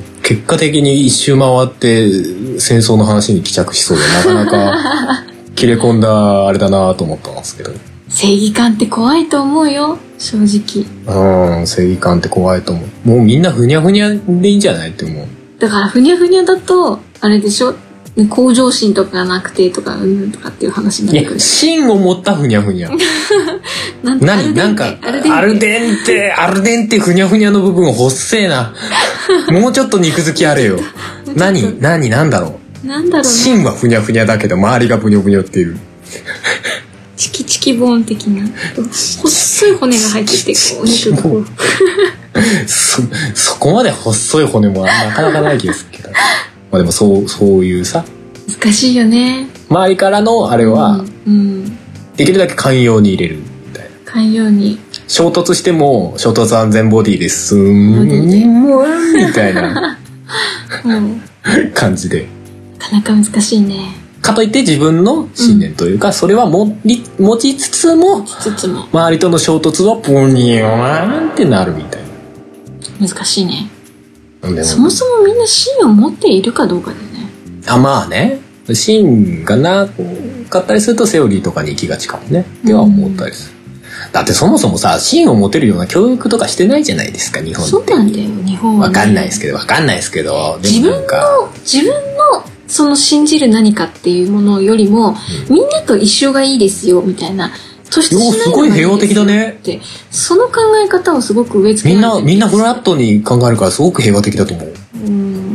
結果的に一周回って戦争の話に帰着しそうでなかなか切れ込んだあれだなと思ったんですけど正義感って怖いと思うよ正直。 うん正義感って怖いと思う。もうみんなふにゃふにゃでいいんじゃないって思う。 だからふにゃふにゃだとあれでしょ向上心とかがなくてとかうんとかっていう話になってくる。 いや芯を持ったふにゃふにゃなん何なんかアルデンテアルデンテふにゃふにゃの部分ほっせえなもうちょっと肉付きあれよ何何なんだろうなんだろう、ね、 芯はふにゃふにゃだけど周りがぶにょぶにょっていうチキチキボーン的な細い骨が入っててこう肉がこうそ, そこまで細い骨もなかなかない気がするけどまあでもそうそういうさ難しいよね周りからのあれは、うんうん、できるだけ寛容に入れるみたいな寛容に衝突しても衝突安全ボディですんみたいな、うん、感じでなかなか難しいねかといって自分の信念というか、うん、それは持ちつつもつつも周りとの衝突はポニョーンってなるみたいな難しいね。 でもそもそもみんな芯を持っているかどうかだよね。 あ、まあね。芯がなかったりするとセオリーとかに行きがちかもね。では思ったりする。うん、だってそもそもさ、芯を持てるような教育とかしてないじゃないですか、日本って。 そうなんだよ、日本は、ね。 わかんないですけど、わかんないですけど。 自分の、自分の、その信じる何かっていうものよりも、うん、みんなと一緒がいいですよ、みたいな。突出しないのがいいですよって。すごい平和的だね。その考え方をすごく植え付けられてる。 みんな、みんなフラットに考えるからすごく平和的だと思う。うん、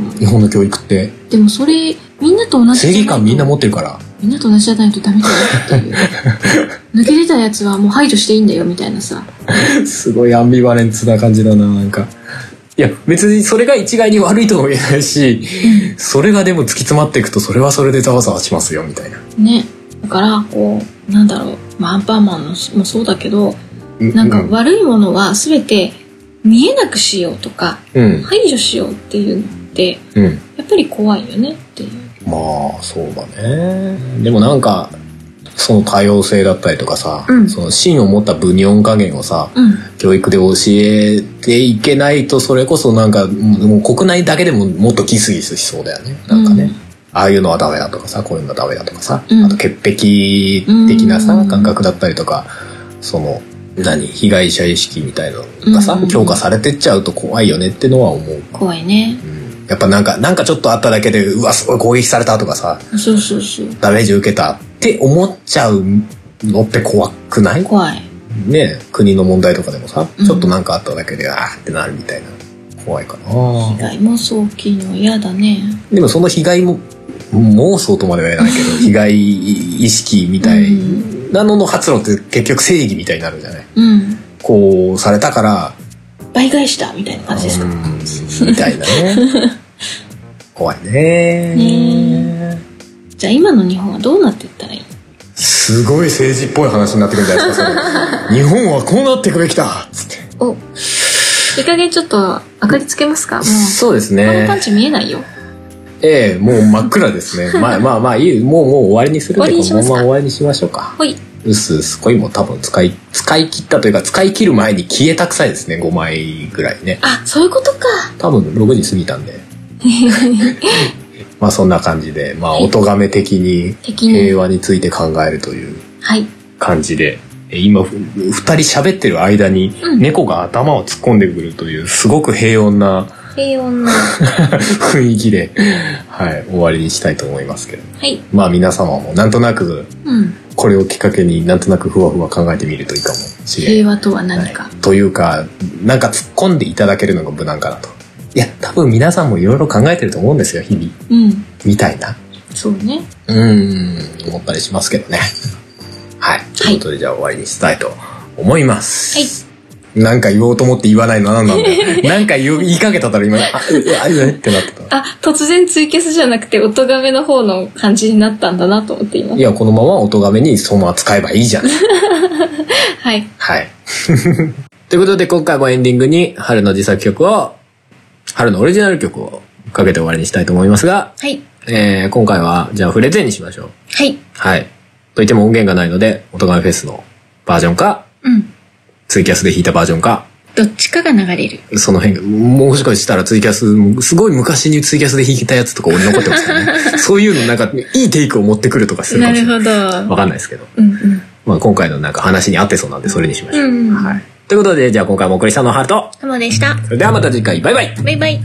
日本の教育って。 でもそれ、みんなと同じ。 正義感みんな持ってるから。 みんなと同じじゃないとダメだよっていう。抜け出たやつはもう排除していいんだよみたいなさ。 すごいアンビバレンツな感じだな、なんか。いや、別にそれが一概に悪いとも言えないし、うん、それがでも突き詰まっていくとそれはそれでざわざわしますよみたいな。 ね。だから、こう、なんだろう、まあ、アンパンマンのもそうだけど、なんか悪いものは全て見えなくしようとか、うん、排除しようっていうのって、うん、やっぱり怖いよねっていう。 まあそうだね。でもなんかその多様性だったりとかさ、うん、その芯を持ったブニョン加減をさ、うん、教育で教えていけないと、それこそなんかもう国内だけでももっとギスギスしそうだよね。なんかね、うん、ああいうのはダメだとかさ、こういうのはダメだとかさ、うん、あと潔癖的なさ、うん、感覚だったりとか、その何被害者意識みたいなのがさ、うん、強化されてっちゃうと怖いよねってのは思う。 怖いね。 うん、やっぱなんかなんかちょっとあっただけでうわすごい攻撃されたとかさ、 そうそうそうダメージ受けたって思っちゃうのって怖くない？ 怖いね。国の問題とかでもさ、うん、ちょっとなんかあっただけであーってなるみたいな、怖いかな。 被害妄想大きいの嫌だね。 でもその被害も妄想とまでは言わないけど被害意識みたいなのの発露って結局正義みたいになるじゃない、うん、こうされたから倍返しだみたいな感じですか、 うんみたいなね怖いね。 ね。じゃあ今の日本はどうなっていったらいい？ すごい政治っぽい話になってくるんじゃないですかそれ日本はこうなっていくべきだつって。 お、いい加減ちょっと明かりつけますか？もうそうですね。 このパンチ見えないよ。 ええ、もう真っ暗ですね。まあまあまあいい、もうもう終わりにするんで、このまま終わりにしましょうか。 はい。 うすうすこいも多分使い使い切ったというか使い切る前に消えた臭いですね。ごまいぐらいね。 あ、そういうことか。 多分ろくじ過ぎたんで。まあそんな感じで、まあお咎め的に平和について考えるという感じで、はい、今ふたり喋ってる間に猫が頭を突っ込んでくるというすごく平穏な。 平穏な雰囲気で、はい、終わりにしたいと思いますけど、 はい、 まあ皆様もなんとなく、うん、これをきっかけになんとなくふわふわ考えてみるといいかもしれない。 平和とは何か、 はい、というかなんか突っ込んでいただけるのが無難かなと。いや多分皆さんもいろいろ考えてると思うんですよ日々、うん、みたいな。 そうね。 うーん思ったりしますけどね。はい、はい、ということでじゃあ終わりにしたいと思います。はい。なんか言おうと思って言わないのは何なんだよ。なんか言いかけたから今、あ、うわ、うわってなってた。 あ、突然ツイキャスじゃなくて、おとがめの方の感じになったんだなと思って今。 いや、このままおとがめにそのまま使えばいいじゃん。 はい。 はい。ということで、今回もエンディングに春の自作曲を、春のオリジナル曲をかけて終わりにしたいと思いますが、 はい。 えー、今回は、じゃあプレゼンにしましょう。 はい。 はい。といっても音源がないので、おとがめフェスのバージョンか、うん。ツイキャスで弾いたバージョンかどっちかが流れる。 その辺もしかしたらツイキャスすごい昔にツイキャスで弾いたやつとか俺残ってますからねそういうのなんかいいテイクを持ってくるとかするかもしれない。 なるほど。 わかんないですけど、うんうん、まあ、今回のなんか話に合ってそうなんでそれにしましょう、うんうん、はい。ということでじゃあ今回もお送りしたのはハルとハモでした。 それではまた次回バイバイバイバイ。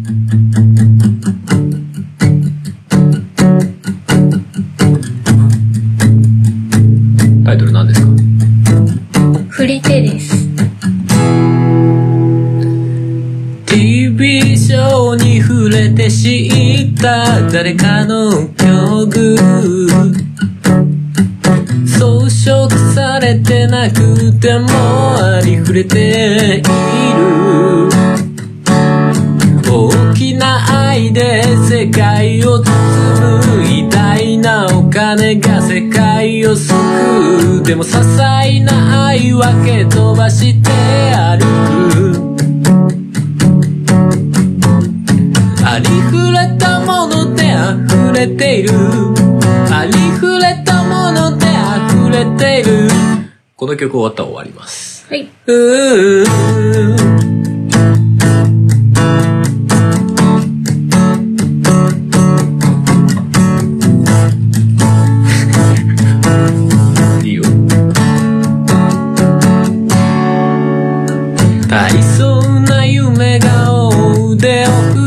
タイトル何ですか？ 振り手です。 ティービー ショーに触れて知った誰かの曲装飾されてなくてもありふれている大きな愛で世界を包む偉大なお金が世界を救うでも些細な愛は蹴飛ばして歩くありふれたもので溢れているありふれたもので溢れている。この曲終わったら終わります。 はい。 うー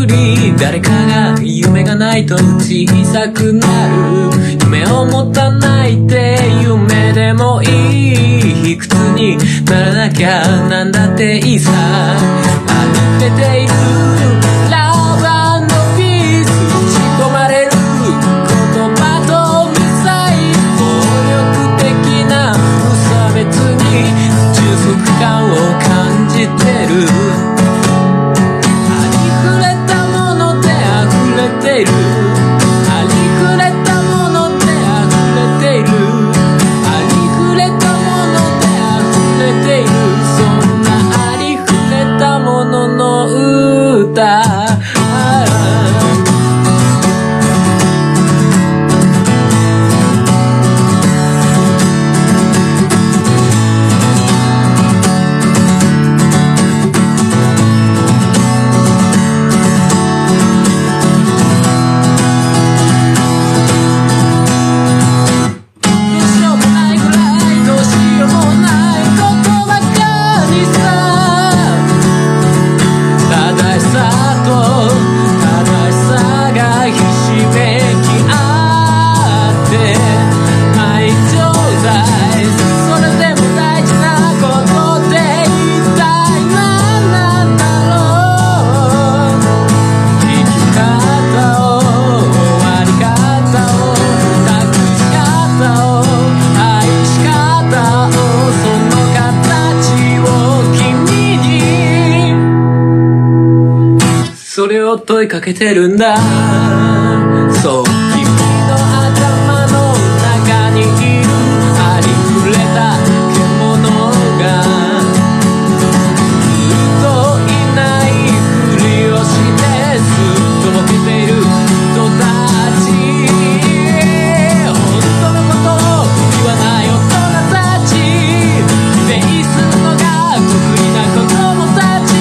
くり誰かが夢がないと小さくなる。夢を持たないで夢でもいい。卑屈にならなきゃなんだっていいさ。溢れているラブ&ピース、打ち込まれる言葉とミサイル、暴力的な無差別に充足感を感じてる。ありふれたもので溢れている。ありふれたもので溢れている。ありふれたもので溢れている。そんなありふれたものの歌。それを問いかけてるんだ。そう、君の頭の中にいるありふれた獣がずっといないふりをしてずっとボケている人たち。本当のことを言わない大人たち、否定するのが得意な子供たち。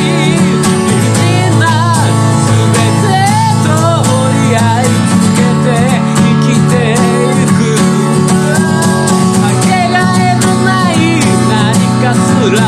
ありふれ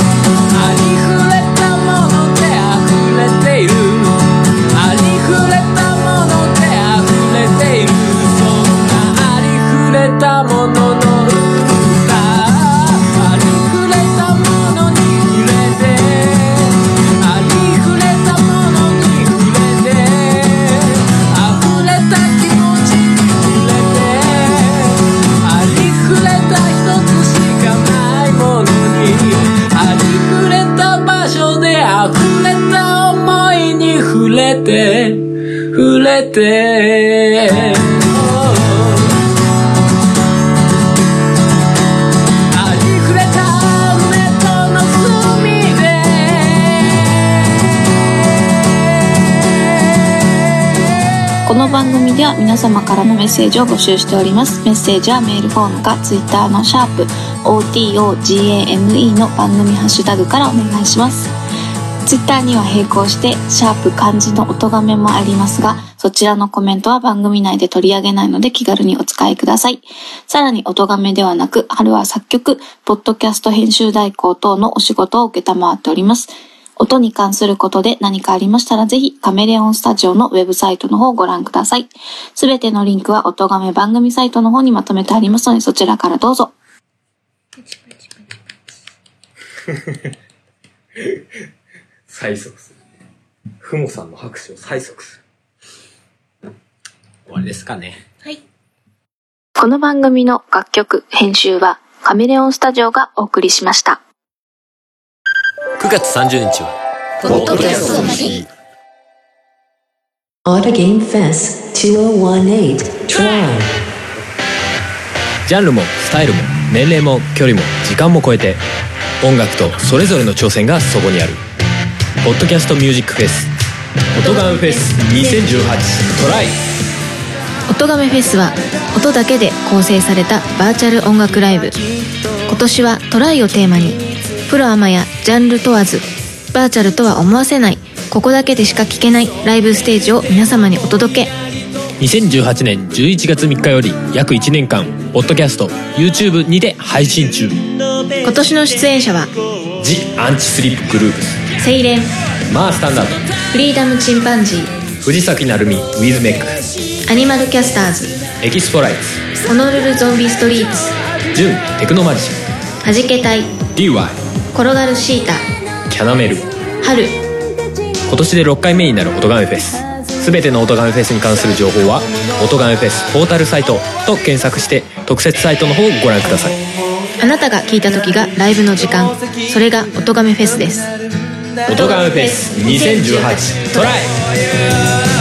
たもので溢れている。ありふれたもので溢れている。そんなありふれたものの歌。ありふれたものに触れて、ありふれたものに触れて、溢れた気持ちに触れて、ありふれた一つしかないものに、ありふれた場所であふれた思いに触れて触れて、ありふれたネットの隅でこの番組では皆様からのメッセージを募集しております。メッセージはメールフォームかツイッターのシャープ オーティーオージーエーエムイー の番組ハッシュタグからお願いします。ツイッターには並行してシャープ漢字の音がめもありますが、そちらのコメントは番組内で取り上げないので気軽にお使いください。さらに音がめではなく、春は作曲、ポッドキャスト編集代行等のお仕事を受けたまわっております。音に関することで何かありましたらぜひカメレオンスタジオのウェブサイトの方をご覧ください。すべてのリンクは音がめ番組サイトの方にまとめてありますのでそちらからどうぞ。 催促する。ふもさんの拍手を催促する。終わりですかね。 はい。この番組の楽曲編集はカメレオンスタジオがお送りしました。 くがつさんじゅうにちはポッドキャストの日。 Auto Game Fest にせんじゅうはち Try。 ジャンルもスタイルも年齢も距離も時間も超えて音楽とそれぞれの挑戦がそこにあるポッドキャストミュージックフェス音ガメフェスにせんじゅうはちトライ。 音ガメフェスは音だけで構成されたバーチャル音楽ライブ。今年はトライをテーマにプロアマやジャンル問わずバーチャルとは思わせないここだけでしか聴けないライブステージを皆様にお届け。 にせんじゅうはちねんじゅういちがつみっかより約いちねんかんポッドキャスト YouTube にて配信中。 今年の出演者はジ・アンチスリップグループス、 セイレン、 マースタンダード、 フリーダムチンパンジー、 藤崎鳴海ウィズメック、 アニマルキャスターズ、 エキスポライツ、 ホノルルゾンビストリーツ、 ジュンテクノマジシはじけたい、 ャン、 ディーワイ、 転がるシータ、 キャナメル。 春。 今年でろっかいめになる音亀フェス。すべての音亀フェスに関する情報は音亀フェスポータルサイトと検索して特設サイトの方をご覧ください。 あなたが聴いた時がライブの時間、それが音亀フェスです。 音亀フェスにせんじゅうはちトライ。